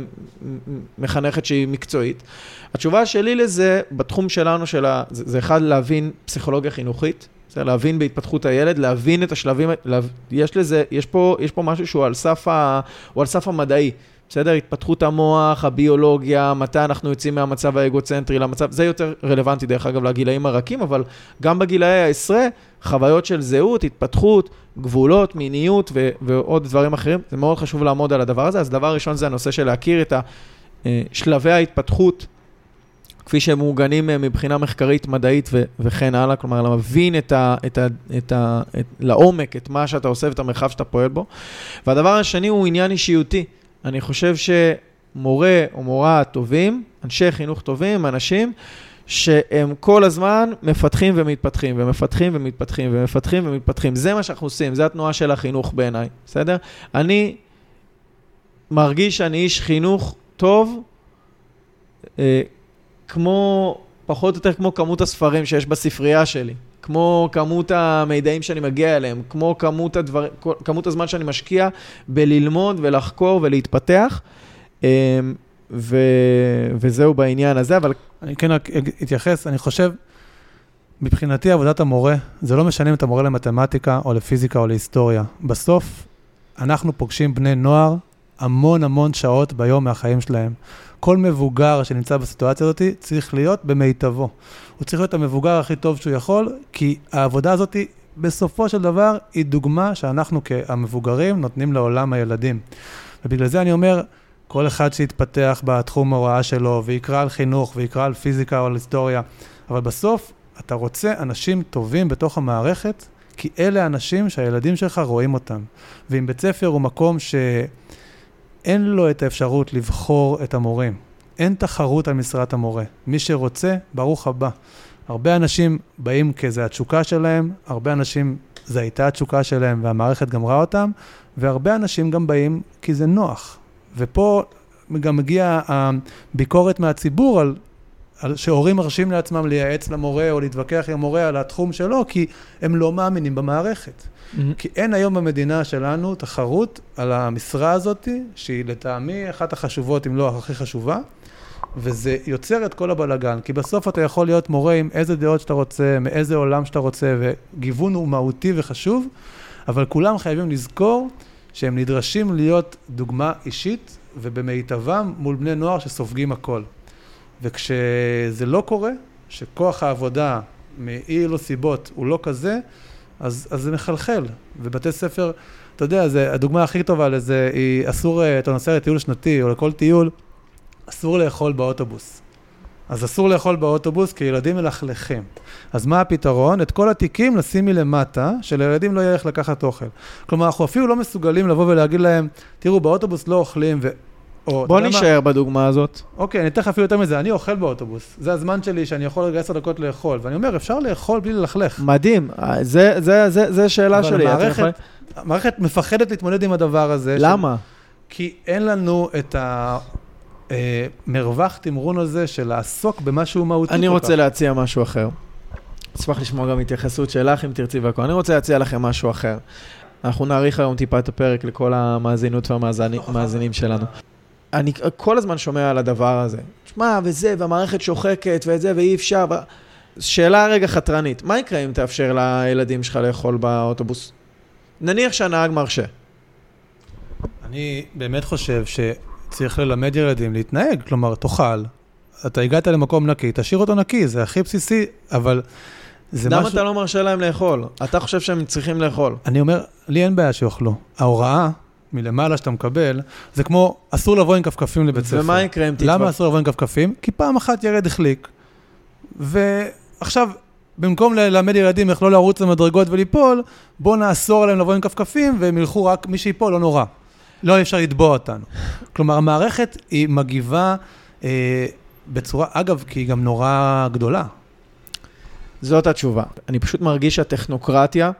מחנכת שהיא מקצועית? התשובה שלי לזה, בתחום שלנו, שלה, זה, זה אחד, להבין פסיכולוגיה חינוכית, זה להבין בהתפתחות הילד, להבין את השלבים, לה, יש לזה, יש פה, יש פה משהו שהוא על סף, ה, הוא על סף המדעי, בסדר? התפתחות המוח, הביולוגיה, מתי אנחנו יוצאים מהמצב האגוצנטרי למצב, זה יותר רלוונטי דרך אגב לגילאים הרכים, אבל גם בגילאי העשרה, חוויות של זהות, התפתחות, גבולות, מיניות ו- ועוד דברים אחרים, זה מאוד חשוב לעמוד על הדבר הזה. אז דבר ראשון זה הנושא של להכיר את שלבי ההתפתחות, כפי שהם מעוגנים מבחינה מחקרית, מדעית ו- וכן הלאה, כלומר להבין את ה- את ה- את ה- את, לעומק את מה שאתה עושה ואת המרחב שאתה פועל בו. והדבר השני הוא עניין אישיותי. אני חושב שמורה או מורה טובים, אנשי חינוך טובים, אנשים שהם כל הזמן מפתחים ומתפתחים, ומפתחים ומתפתחים, ומפתחים ומתפתחים. זה מה שאנחנו עושים, זה התנועה של החינוך בעיניי, בסדר? אני מרגיש שאני איש חינוך טוב, אה, כמו, פחות או יותר כמו כמות הספרים שיש בספרייה שלי, כמו כמות המידעים שאני מגיע אליהם, כמו כמות, הדבר, כמות הזמן שאני משקיע בללמוד ולחקור ולהתפתח, אה, ו, וזהו בעניין הזה, אבל... אני כן רק אתייחס, אני חושב, מבחינתי עבודת המורה, זה לא משנה אם אתה מורה למתמטיקה או לפיזיקה או להיסטוריה. בסוף, אנחנו פוגשים בני נוער המון המון שעות ביום מהחיים שלהם. כל מבוגר שנמצא בסיטואציה הזאת צריך להיות במיטבו. הוא צריך להיות המבוגר הכי טוב שהוא יכול, כי העבודה הזאת בסופו של דבר היא דוגמה שאנחנו כמבוגרים נותנים לעולם הילדים. ובגלל זה אני אומר, כל אחד שיתפתח בתחום ההוראה שלו, ויקרא על חינוך, ויקרא על פיזיקה או על היסטוריה, אבל בסוף אתה רוצה אנשים טובים בתוך המערכת, כי אלה האנשים שהילדים שלך רואים אותם. ואם בית ספר הוא מקום שאין לו את האפשרות לבחור את המורים, אין תחרות על משרת המורה. מי שרוצה, ברוך הבא. הרבה אנשים באים כי זה התשוקה שלהם, הרבה אנשים זה הייתה התשוקה שלהם והמערכת גמרה אותם, והרבה אנשים גם באים כי זה נוח. ופה גם מגיעה הביקורת מהציבור על, על שהורים מרשים לעצמם לייעץ למורה או להתווכח עם המורה על התחום שלו, כי הם לא מאמינים במערכת. Mm-hmm. כי אין היום במדינה שלנו תחרות על המשרה הזאת, שהיא לטעמי אחת החשובות, אם לא הכי חשובה, וזה יוצר את כל הבלגן, כי בסוף אתה יכול להיות מורה עם איזה דעות שאתה רוצה, מאיזה עולם שאתה רוצה, וגיוון הוא מהותי וחשוב, אבל כולם חייבים לזכור שהם נדרשים להיות דוגמה אישית ובמיטבם מול בני נוער שסופגים הכל. וכשזה לא קורה, שכוח העבודה מאי אילו סיבות הוא לא כזה, אז, אז זה מחלחל. ובתי ספר, אתה יודע, זה, הדוגמה הכי טובה לזה היא אסור, אתה נוסע לטיול שנתי או לכל טיול, אסור לאכול באוטובוס. אז אסור לאכול באוטובוס כי ילדים מלכלכים. אז מה הפתרון? את כל התיקים לשים מלמטה, שלילדים לא יהיה איך לקחת אוכל. כלומר, אנחנו אפילו לא מסוגלים לבוא ולהגיד להם, תראו, באוטובוס לא אוכלים ו... או, בוא נשאר מה... בדוגמה הזאת. אוקיי, אני אתן אפילו יותר מזה, אני אוכל באוטובוס. זה הזמן שלי שאני יכול רגע עשר דקות לאכול. ואני אומר, אפשר לאכול בלי ללכלך. מדהים, זה, זה, זה, זה שאלה שלי. המערכת, המערכת מפחדת להתמודד עם הדבר הזה. למה? ש... כי אין לנו את ה... מרווח תמרון הזה של לעסוק במשהו מהותי. אני רוצה להציע משהו אחר. אשמח לשמוע גם התייחסות שלך אם תרצי והכל. אני רוצה להציע לכם משהו אחר. אנחנו נעריך היום טיפה את הפרק לכל המאזינות והמאזינים שלנו. אני כל הזמן שומע על הדבר הזה. שמע, וזה, והמערכת שוחקת, וזה, ואי אפשר. שאלה רגע חתרנית. מה יקרה אם תאפשר לילדים שלך לאכול באוטובוס? נניח שהנהג מרשה. אני באמת חושב ש... צריך ללמד ילדים להתנהג, כלומר, תאכל, אתה הגעת למקום נקי, תשאיר אותו נקי, זה הכי בסיסי, אבל זה משהו... למה אתה לא מרשה להם לאכול? אתה חושב שהם צריכים לאכול? אני אומר, לי אין בעיה שיאכלו. ההוראה מלמעלה שאתה מקבל, זה כמו, אסור לבוא עם כפכפים לבית ספר. ומה יקרה אם תתבע? למה אסור לבוא עם כפכפים? כי פעם אחת ירד החליק, ועכשיו, במקום ללמד ילדים איך לא לרוץ למדרגות וליפול, בוא נאסור עליהם לבוא עם כפכפים, והם ילכו רק מי שיפול, לא נורא. לא אפשר לתבוע אותנו. כלומר, המערכת היא מגיבה אה, בצורה, אגב, כי היא גם נורא גדולה. זאת התשובה. אני פשוט מרגיש שהטכנוקרטיה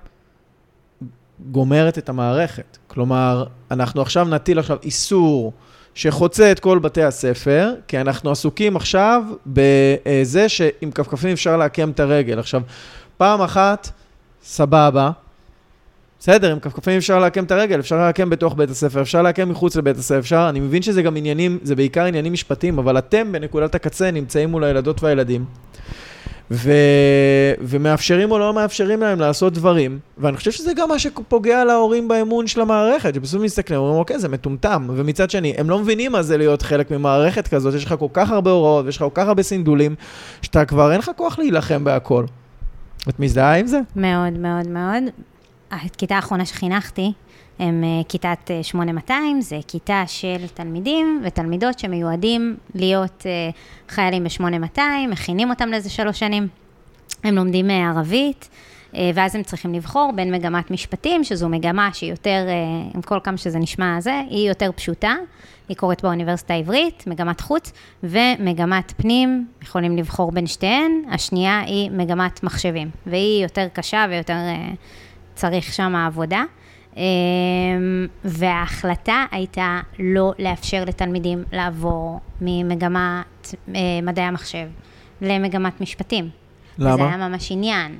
גומרת את המערכת. כלומר, אנחנו עכשיו נטיל עכשיו איסור שחוצה את כל בתי הספר, כי אנחנו עסוקים עכשיו בזה שעם כפכפים אפשר להקם את הרגל. עכשיו, פעם אחת, סבבה, בסדר, עם כפכפים אפשר להקם את הרגל, אפשר להקם בתוך בית הספר, אפשר להקם מחוץ לבית הספר, אפשר, אני מבין שזה גם עניינים, זה בעיקר עניינים משפטיים, אבל אתם בנקודת הקצה נמצאים מול הילדות והילדים, ו... ומאפשרים או לא מאפשרים להם לעשות דברים, ואני חושב שזה גם מה שפוגע להורים באמון של המערכת, שבסוף מסתכלים, אומרים, אוקיי, זה מטומטם, ומצד שני, הם לא מבינים מה זה להיות חלק ממערכת כזאת, יש לך כל כך הרבה הוראות, ויש לך כל כך הרבה סינדולים, שאתה כבר אין לך כוח להילחם בהכל. את מזדהה עם זה? מאוד, מאוד, מאוד. הכיתה האחרונה שחינכתי, הם כיתת שמונה מאתיים, זה כיתה של תלמידים ותלמידות שמיועדים להיות חיילים ב-שמונה מאתיים, מכינים אותם לאיזה שלוש שנים. הם לומדים ערבית, ואז הם צריכים לבחור בין מגמת משפטים, שזו מגמה שהיא יותר, עם כל כמה שזה נשמע הזה, היא יותר פשוטה, היא קורית באוניברסיטה העברית, מגמת חוץ, ומגמת פנים, יכולים לבחור בין שתיהן, השנייה היא מגמת מחשבים, והיא יותר קשה ויותר צריך שם העבודה. וההחלטה הייתה לא לאפשר לתלמידים לעבור ממגמת מדעי המחשב למגמת משפטים. למה? זה היה ממש עניין.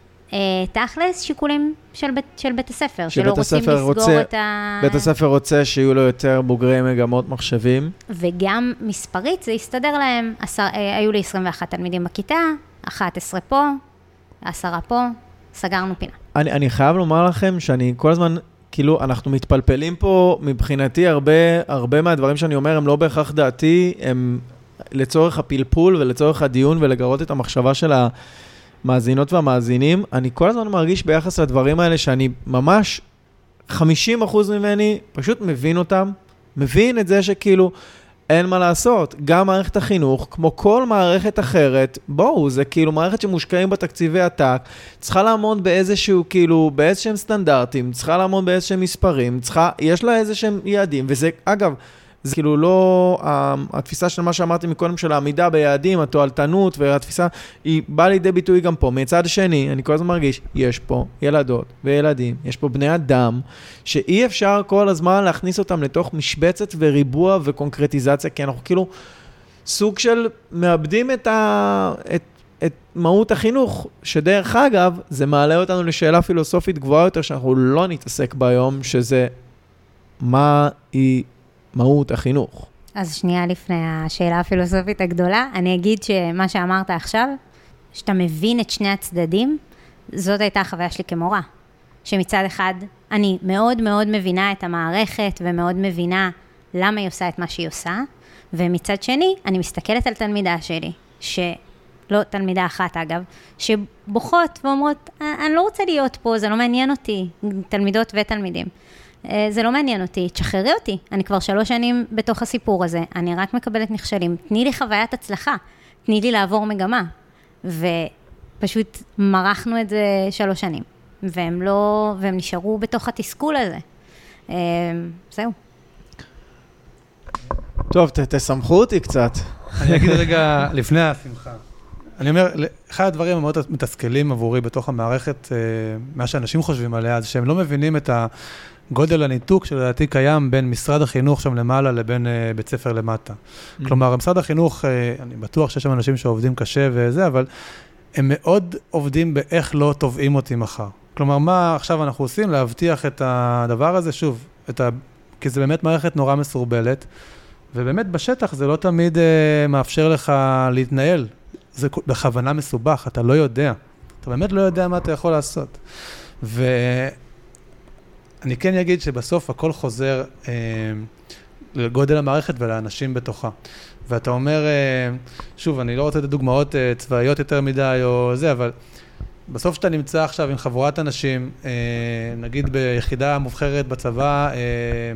תכלס שיקולים של בית, של בית הספר, שלא שבית רוצים הספר לסגור רוצה, את ה... בית הספר רוצה שיהיו לו יותר בוגרי מגמות מחשבים. וגם מספרית זה הסתדר להם, עשר, היו לי עשרים ואחת תלמידים בכיתה, אחת עשרה פה, עשרה פה, סגרנו פינה. אני, אני חייב לומר לכם שאני כל הזמן, כאילו, אנחנו מתפלפלים פה, מבחינתי הרבה, הרבה מהדברים שאני אומר, הם לא בהכרח דעתי, הם לצורך הפלפול ולצורך הדיון ולגרות את המחשבה של המאזינות והמאזינים. אני כל הזמן מרגיש ביחס לדברים האלה שאני ממש חמישים אחוז ממני פשוט מבין אותם, מבין את זה שכאילו אין מה לעשות. גם מערכת החינוך, כמו כל מערכת אחרת, בואו, זה כאילו מערכת שמושקעים בתקציבי עתק, צריכה לעמוד באיזשהו, כאילו, באיזשהם סטנדרטים, צריכה לעמוד באיזשהם מספרים, צריכה, יש לה איזשהם יעדים, וזה, אגב, זה כאילו לא, התפיסה של מה שאמרתי מקודם של העמידה ביעדים, התועלתנות והתפיסה, היא באה לידי ביטוי גם פה. מצד שני, אני כל הזמן מרגיש, יש פה ילדות וילדים, יש פה בני אדם, שאי אפשר כל הזמן להכניס אותם לתוך משבצת וריבוע וקונקרטיזציה, כי אנחנו כאילו סוג של מאבדים את, ה, את, את מהות החינוך, שדרך אגב, זה מעלה אותנו לשאלה פילוסופית גבוהה יותר, שאנחנו לא נתעסק ביום, שזה מה היא מהות החינוך. אז שנייה לפני השאלה הפילוסופית הגדולה, אני אגיד שמה שאמרת עכשיו, שאתה מבין את שני הצדדים, זאת הייתה החוויה שלי כמורה. שמצד אחד, אני מאוד מאוד מבינה את המערכת, ומאוד מבינה למה היא עושה את מה שהיא עושה, ומצד שני, אני מסתכלת על תלמידה שלי, שלא תלמידה אחת אגב, שבוכות ואומרות, אני לא רוצה להיות פה, זה לא מעניין אותי, תלמידות ותלמידים. זה לא מעניין אותי, תשחררי אותי. אני כבר שלוש שנים בתוך הסיפור הזה, אני רק מקבלת נכשלים. תני לי חוויית הצלחה, תני לי לעבור מגמה. ופשוט מרחנו את זה שלוש שנים. והם לא, והם נשארו בתוך התסכול הזה. זהו. טוב, ת, תסמכו אותי קצת. אני אגיד רגע לפני השמחה. אני אומר, אחד הדברים המאוד מתסכלים עבורי בתוך המערכת, מה שאנשים חושבים עליה, זה שהם לא מבינים את ה... גודל הניתוק שלדעתי קיים בין משרד החינוך שם למעלה לבין uh, בית ספר למטה. Mm-hmm. כלומר, משרד החינוך, uh, אני בטוח שיש שם אנשים שעובדים קשה וזה, אבל הם מאוד עובדים באיך לא תובעים אותי מחר. כלומר, מה עכשיו אנחנו עושים? להבטיח את הדבר הזה, שוב, את ה... כי זה באמת מערכת נורא מסורבלת, ובאמת בשטח זה לא תמיד uh, מאפשר לך להתנהל. זה בכוונה מסובך, אתה לא יודע. אתה באמת לא יודע מה אתה יכול לעשות. ו... אני כן אגיד שבסוף הכל חוזר אה, לגודל המערכת ולאנשים בתוכה. ואתה אומר, אה, שוב, אני לא רוצה לתת דוגמאות אה, צבאיות יותר מדי או זה, אבל בסוף שאתה נמצא עכשיו עם חבורת אנשים, אה, נגיד ביחידה מובחרת בצבא, אה,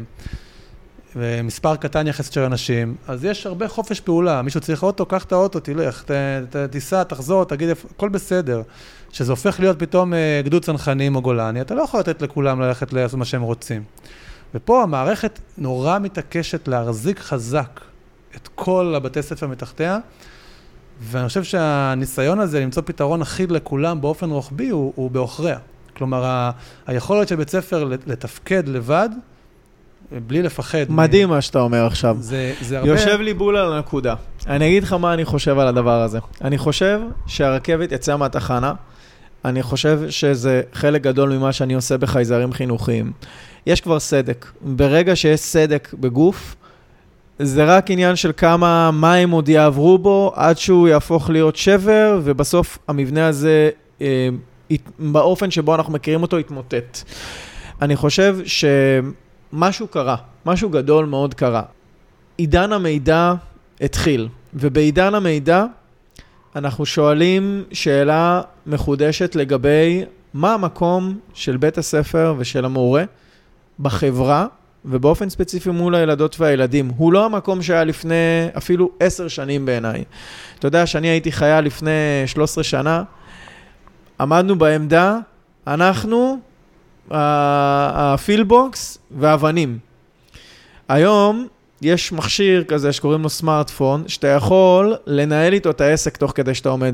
ומספר קטן יחסית של אנשים, אז יש הרבה חופש פעולה. מישהו צריך אוטו, קח את האוטו, תלך, ת, ת, תיסע, תחזור, תגיד, הכל בסדר. שזה הופך להיות פתאום גדוד צנחנים או גולני, אתה לא יכול לתת לכולם ללכת לעשות מה שהם רוצים. ופה המערכת נורא מתעקשת להחזיק חזק את כל הבתי ספר מתחתיה, ואני חושב שהניסיון הזה למצוא פתרון אחיד לכולם באופן רוחבי הוא, הוא באוכריה. כלומר, ה- היכולת של בית ספר לתפקד לבד, בלי לפחד. מדהים מה שאתה אומר עכשיו. זה, זה הרבה... יושב לי בול על הנקודה. אני אגיד לך מה אני חושב על הדבר הזה. אני חושב שהרכבת יצאה מהתחנה, אני חושב שזה חלק גדול ממה שאני עושה בחייזרים חינוכיים. יש כבר סדק. ברגע שיש סדק בגוף, זה רק עניין של כמה מים עוד יעברו בו, עד שהוא יהפוך להיות שבר, ובסוף המבנה הזה, אה, באופן שבו אנחנו מכירים אותו, יתמוטט. אני חושב שמשהו קרה, משהו גדול מאוד קרה. עידן המידע התחיל, ובעידן המידע, אנחנו שואלים שאלה מחודשת לגבי מה המקום של בית הספר ושל המורה בחברה, ובאופן ספציפי מול הילדות והילדים. הוא לא המקום שהיה לפני אפילו עשר שנים בעיניי. אתה יודע שאני הייתי חייל לפני שלוש עשרה שנה, עמדנו בעמדה, אנחנו, הפילבוקס והאבנים. היום יש מכשיר כזה שקוראים לו סמארטפון, שאתה יכול לנהל איתו את העסק תוך כדי שאתה עומד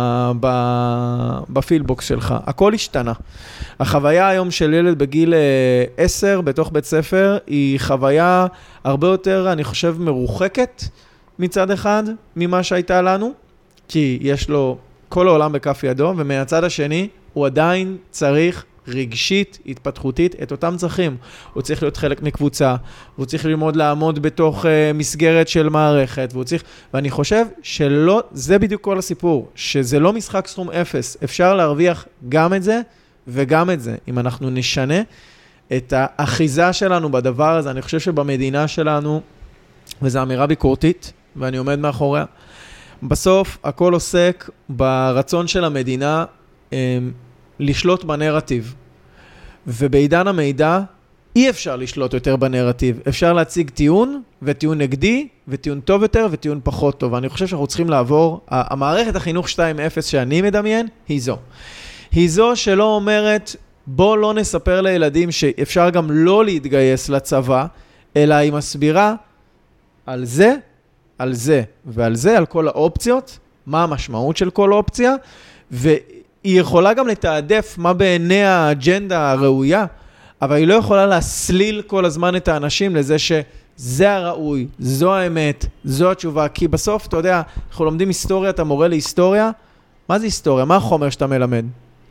בפילבוקס שלך. הכל השתנה. החוויה היום של ילד בגיל עשר בתוך בית ספר היא חוויה הרבה יותר, אני חושב, מרוחקת מצד אחד ממה שהייתה לנו, כי יש לו כל העולם בכף ידו, ומהצד השני הוא עדיין צריך רגשית, התפתחותית, את אותם צרכים. הוא צריך להיות חלק מקבוצה, והוא צריך ללמוד לעמוד בתוך uh, מסגרת של מערכת, והוא צריך, ואני חושב שלא, זה בדיוק כל הסיפור, שזה לא משחק סכום אפס, אפשר להרוויח גם את זה וגם את זה. אם אנחנו נשנה את האחיזה שלנו בדבר הזה, אני חושב שבמדינה שלנו, וזו אמירה ביקורתית, ואני עומד מאחוריה, בסוף הכל עוסק ברצון של המדינה um, לשלוט בנרטיב. ובעידן המידע אי אפשר לשלוט יותר בנרטיב. אפשר להציג טיעון וטיעון נגדי וטיעון טוב יותר וטיעון פחות טוב. ואני חושב שאנחנו צריכים לעבור, המערכת החינוך שתיים אפס שאני מדמיין היא זו. היא זו שלא אומרת בוא לא נספר לילדים שאפשר גם לא להתגייס לצבא, אלא היא מסבירה על זה, על זה ועל זה, על כל האופציות, מה המשמעות של כל אופציה, והיא יכולה גם לתעדף מה בעיני האג'נדה הראויה, אבל היא לא יכולה להסליל כל הזמן את האנשים לזה שזה הראוי, זו האמת, זו התשובה, כי בסוף, אתה יודע, אנחנו לומדים היסטוריה, אתה מורה להיסטוריה, מה זה היסטוריה? מה החומר שאתה מלמד?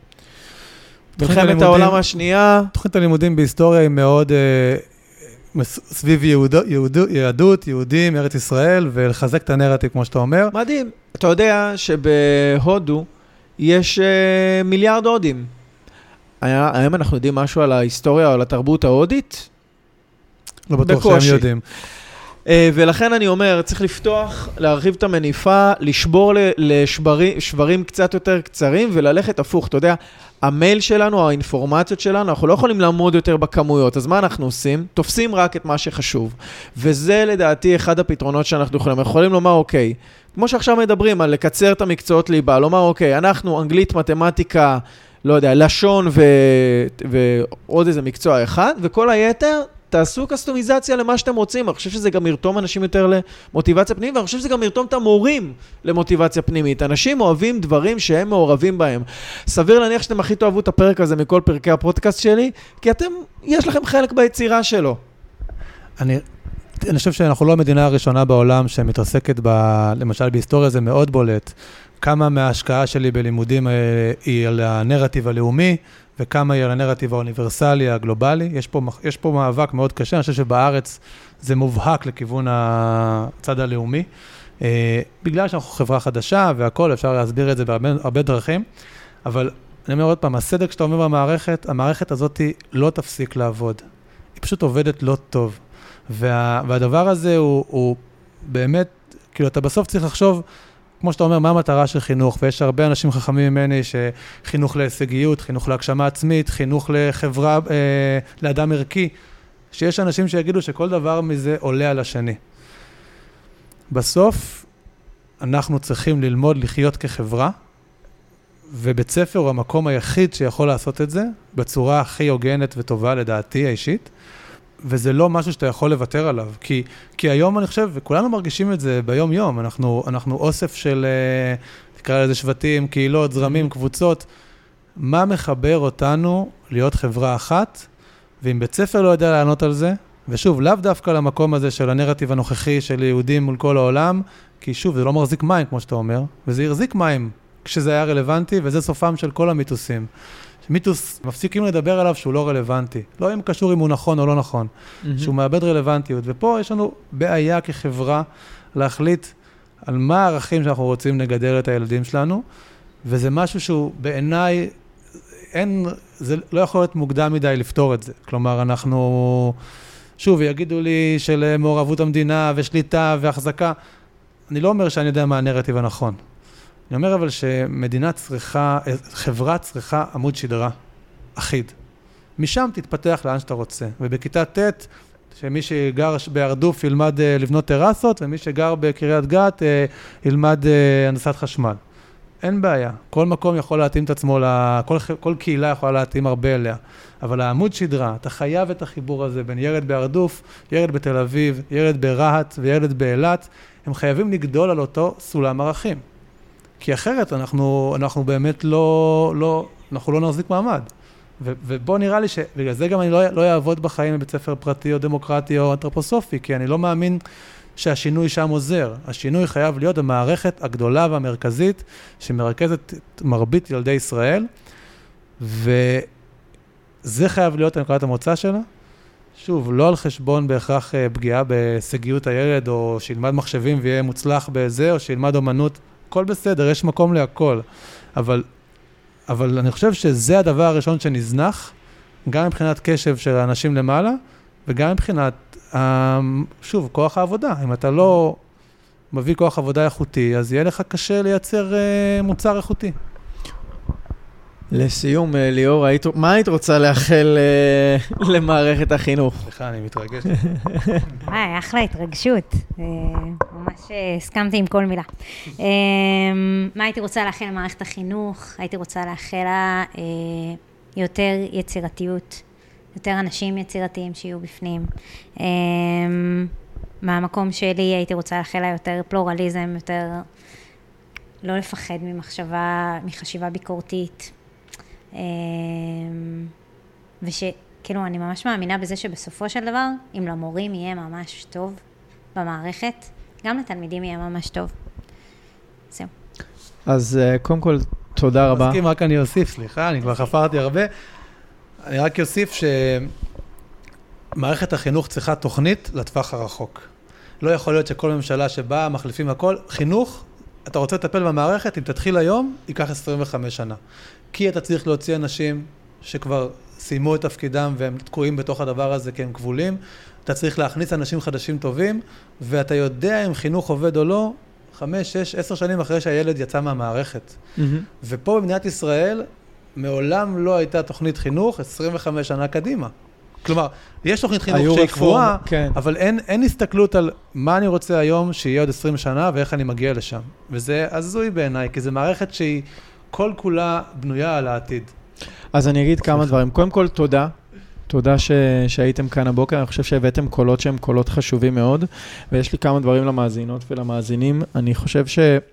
מלחמת העולם השנייה. תוכנית הלימודים בהיסטוריה היא מאוד אה, סביב יהוד, יהוד, יהדות, יהודים, ארץ ישראל, ולחזק את הנרטיב, כמו שאתה אומר. מדהים. אתה יודע שבהודו יש אה, מיליארד הודים. היום אנחנו יודעים משהו על ההיסטוריה או על התרבות ההודית? לא בטוח שהם יודעים. ולכן אני אומר, צריך לפתוח, להרחיב את המניפה, לשבור לשברים, שברים קצת יותר קצרים וללכת הפוך. אתה יודע, המייל שלנו, האינפורמציות שלנו, אנחנו לא יכולים לעמוד יותר בכמויות. אז מה אנחנו עושים? תופסים רק את מה שחשוב. וזה לדעתי אחד הפתרונות שאנחנו יכולים. יכולים לומר, אוקיי, כמו שעכשיו מדברים על לקצר את המקצועות ליבה, לומר, אוקיי, אנחנו אנגלית, מתמטיקה, לא יודע, לשון ו... ועוד איזה מקצוע אחד, וכל היתר, תעשו קסטומיזציה למה שאתם רוצים. אני חושב שזה גם ירתום אנשים יותר למוטיבציה פנימית, ואני חושב שזה גם ירתום את המורים למוטיבציה פנימית. אנשים אוהבים דברים שהם מעורבים בהם. סביר להניח שאתם הכי תאהבו את הפרק הזה מכל פרקי הפודקאסט שלי, כי אתם, יש לכם חלק ביצירה שלו. אני, אני חושב שאנחנו לא המדינה הראשונה בעולם שמתעסקת ב, למשל בהיסטוריה, זה מאוד בולט. כמה מההשקעה שלי בלימודים היא על הנרטיב הלאומי, וכמה היא על הנרטיב האוניברסלי, הגלובלי. יש פה, יש פה מאבק מאוד קשה, אני חושב שבארץ זה מובהק לכיוון הצד הלאומי. בגלל שאנחנו חברה חדשה והכל, אפשר להסביר את זה בהרבה הרבה דרכים, אבל אני אומר עוד פעם, הסדק שאתה אומר במערכת, המערכת הזאת לא תפסיק לעבוד. היא פשוט עובדת לא טוב. וה, והדבר הזה הוא, הוא באמת, כאילו אתה בסוף צריך לחשוב, כמו שאתה אומר, מה המטרה של חינוך? ויש הרבה אנשים חכמים ממני שחינוך להישגיות, חינוך להגשמה עצמית, חינוך לחברה, אה, לאדם ערכי, שיש אנשים שיגידו שכל דבר מזה עולה על השני. בסוף, אנחנו צריכים ללמוד לחיות כחברה, ובית ספר הוא המקום היחיד שיכול לעשות את זה, בצורה הכי הוגנת וטובה לדעתי האישית, וזה לא משהו שאתה יכול לוותר עליו, כי, כי היום אני חושב, וכולנו מרגישים את זה ביום יום, אנחנו, אנחנו אוסף של, תקרא לזה שבטים, קהילות, זרמים, קבוצות, מה מחבר אותנו להיות חברה אחת, ואם בית ספר לא יודע לענות על זה, ושוב, לאו דווקא למקום הזה של הנרטיב הנוכחי של יהודים מול כל העולם, כי שוב, זה לא מחזיק מים, כמו שאתה אומר, וזה יחזיק מים כשזה היה רלוונטי, וזה סופם של כל המיתוסים. מיתוס, מפסיקים לדבר עליו שהוא לא רלוונטי. לא אם קשור אם הוא נכון או לא נכון. Mm-hmm. שהוא מאבד רלוונטיות. ופה יש לנו בעיה כחברה להחליט על מה הערכים שאנחנו רוצים לגדל את הילדים שלנו, וזה משהו שהוא בעיניי, אין, זה לא יכול להיות מוקדם מדי לפתור את זה. כלומר, אנחנו, שוב, יגידו לי של מעורבות המדינה ושליטה והחזקה. אני לא אומר שאני יודע מה הנרטיב הנכון. אני אומר אבל שמדינה צריכה, חברה צריכה עמוד שדרה אחיד. משם תתפתח לאן שאתה רוצה. ובכיתה ט' שמי שגר בארדוף ילמד לבנות טרסות, ומי שגר בקריית גת ילמד הנדסת חשמל. אין בעיה. כל מקום יכול להתאים את עצמו, לה, כל, כל קהילה יכולה להתאים הרבה אליה. אבל העמוד שדרה, אתה חייב את החיבור הזה בין ילד בהרדוף, ילד בתל אביב, ילד ברהט וילד באילת, הם חייבים לגדול על אותו סולם ערכים. כי אחרת אנחנו, אנחנו באמת לא, לא, אנחנו לא נחזיק מעמד. ו, ובוא נראה לי שבגלל זה גם אני לא, לא אעבוד בחיים בבית ספר פרטי או דמוקרטי או אנתרופוסופי, כי אני לא מאמין שהשינוי שם עוזר. השינוי חייב להיות המערכת הגדולה והמרכזית שמרכזת את מרבית ילדי ישראל, וזה חייב להיות נקודת המוצא שלה. שוב, לא על חשבון בהכרח פגיעה בהישגיות הילד, או שילמד מחשבים ויהיה מוצלח בזה, או שילמד אומנות. הכל בסדר, יש מקום להכל. אבל, אבל אני חושב שזה הדבר הראשון שנזנח, גם מבחינת קשב של האנשים למעלה, וגם מבחינת, שוב, כוח העבודה. אם אתה לא מביא כוח עבודה איכותי, אז יהיה לך קשה לייצר מוצר איכותי. לסיום, ליאור, מה היית רוצה לאחל למערכת החינוך? סליחה, אני מתרגש. וואי, אחלה התרגשות. ממש הסכמתי עם כל מילה. מה הייתי רוצה לאחל למערכת החינוך? הייתי רוצה לאחל לה יותר יצירתיות, יותר אנשים יצירתיים שיהיו בפנים. מהמקום שלי הייתי רוצה לאחל לה יותר פלורליזם, יותר לא לפחד ממחשבה, מחשיבה ביקורתית. ושכאילו אני ממש מאמינה בזה שבסופו של דבר, אם למורים יהיה ממש טוב במערכת, גם לתלמידים יהיה ממש טוב. זהו. אז קודם כל, תודה רבה. מסכים, רק אני אוסיף, סליחה, אני כבר חפרתי הרבה. אני רק אוסיף שמערכת החינוך צריכה תוכנית לטווח הרחוק. לא יכול להיות שכל ממשלה שבאה, מחליפים הכל. חינוך, אתה רוצה לטפל במערכת, אם תתחיל היום, ייקח עשרים וחמש שנה. כי אתה צריך להוציא אנשים שכבר סיימו את תפקידם והם תקועים בתוך הדבר הזה כי הם כבולים. אתה צריך להכניס אנשים חדשים טובים, ואתה יודע אם חינוך עובד או לא, חמש, שש, עשר שנים אחרי שהילד יצא מהמערכת. Mm-hmm. ופה במדינת ישראל, מעולם לא הייתה תוכנית חינוך עשרים וחמש שנה קדימה. כלומר, יש תוכנית חינוך שהיא קבועה, כן. אבל אין, אין הסתכלות על מה אני רוצה היום שיהיה עוד עשרים שנה ואיך אני מגיע לשם. וזה הזוי בעיניי, כי זו מערכת שהיא כל כולה בנויה על העתיד. אז אני אגיד כמה דברים. קודם כל, תודה. תודה ש... שהייתם כאן הבוקר. אני חושב שהבאתם קולות שהם קולות חשובים מאוד, ויש לי כמה דברים למאזינות ולמאזינים. אני חושב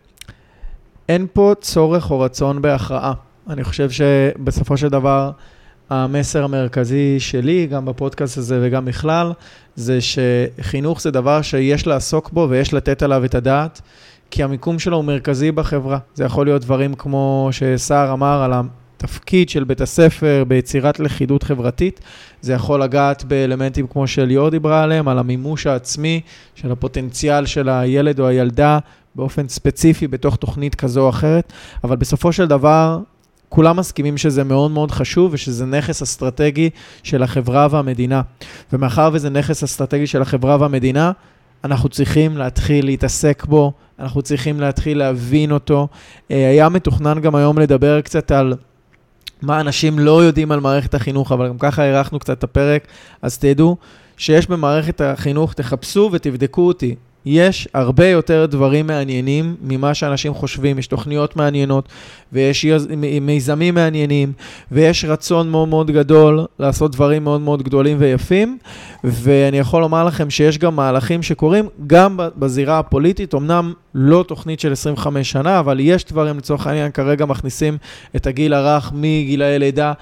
שאין פה צורך או רצון בהכרעה. אני חושב שבסופו של דבר, המסר המרכזי שלי, גם בפודקאסט הזה וגם בכלל, זה שחינוך זה דבר שיש לעסוק בו ויש לתת עליו את הדעת, כי המיקום שלו הוא מרכזי בחברה. זה יכול להיות דברים כמו שסער אמר על התפקיד של בית הספר ביצירת לכידות חברתית, זה יכול לגעת באלמנטים כמו שליאור דיברה עליהם, על המימוש העצמי של הפוטנציאל של הילד או הילדה, באופן ספציפי בתוך תוכנית כזו או אחרת, אבל בסופו של דבר, כולם מסכימים שזה מאוד מאוד חשוב, ושזה נכס אסטרטגי של החברה והמדינה. ומאחר וזה נכס אסטרטגי של החברה והמדינה, אנחנו צריכים להתחיל להתעסק בו, אנחנו צריכים להתחיל להבין אותו. היה מתוכנן גם היום לדבר קצת על מה אנשים לא יודעים על מערכת החינוך, אבל גם ככה ערכנו קצת את הפרק, אז תדעו שיש במערכת החינוך, תחפשו ותבדקו אותי. יש הרבה יותר דברים מעניינים ממה שאנשים חושבים, יש תוכניות מעניינות, ויש מיזמים מעניינים, ויש רצון מאוד מאוד גדול לעשות דברים מאוד מאוד גדולים ויפים, ואני יכול לומר לכם שיש גם מהלכים שקורים, גם בזירה הפוליטית, אמנם לא תוכנית של עשרים וחמש שנה, אבל יש דברים לצורך העניין, כרגע מכניסים את הגיל הרך מגילאי לידה,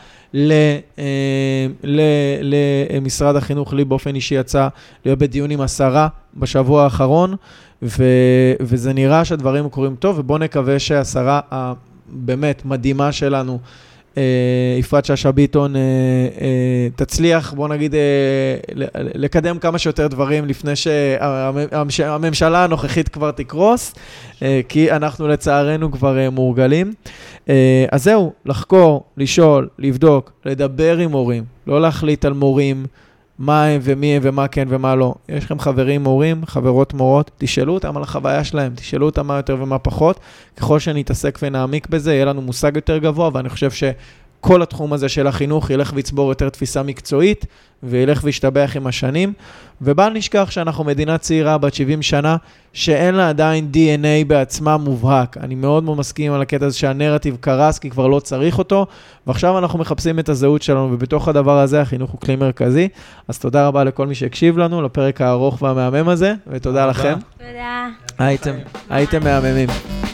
למשרד החינוך. לי באופן אישי יצא להיות בדיון עם השרה בשבוע האחרון, וזה נראה שהדברים קורים טוב, ובוא נקווה שהשרה הבאמת מדהימה שלנו, יפעת שאשא ביטון, תצליח, בוא נגיד, לקדם כמה שיותר דברים לפני שהממשלה הנוכחית כבר תקרוס, כי אנחנו לצערנו כבר מורגלים. אז זהו, לחקור, לשאול, לבדוק, לדבר עם מורים, לא להחליט על מורים, מה הם ומי הם ומה כן ומה לא. יש לכם חברים מורים, חברות מורות, תשאלו אותם על החוויה שלהם, תשאלו אותם מה יותר ומה פחות. ככל שנתעסק ונעמיק בזה, יהיה לנו מושג יותר גבוה, ואני חושב כל התחום הזה של החינוך ילך ויצבור יותר תפיסה מקצועית, וילך וישתבח עם השנים, ובל נשכח שאנחנו מדינה צעירה בת שבעים שנה, שאין לה עדיין די אן איי בעצמה מובהק. אני מאוד מאוד מסכים על הקטע הזה שהנרטיב קרס, כי כבר לא צריך אותו, ועכשיו אנחנו מחפשים את הזהות שלנו, ובתוך הדבר הזה החינוך הוא כלי מרכזי. אז תודה רבה לכל מי שהקשיב לנו, לפרק הארוך והמהמם הזה, ותודה לכם. תודה. הייתם, הייתם מהממים.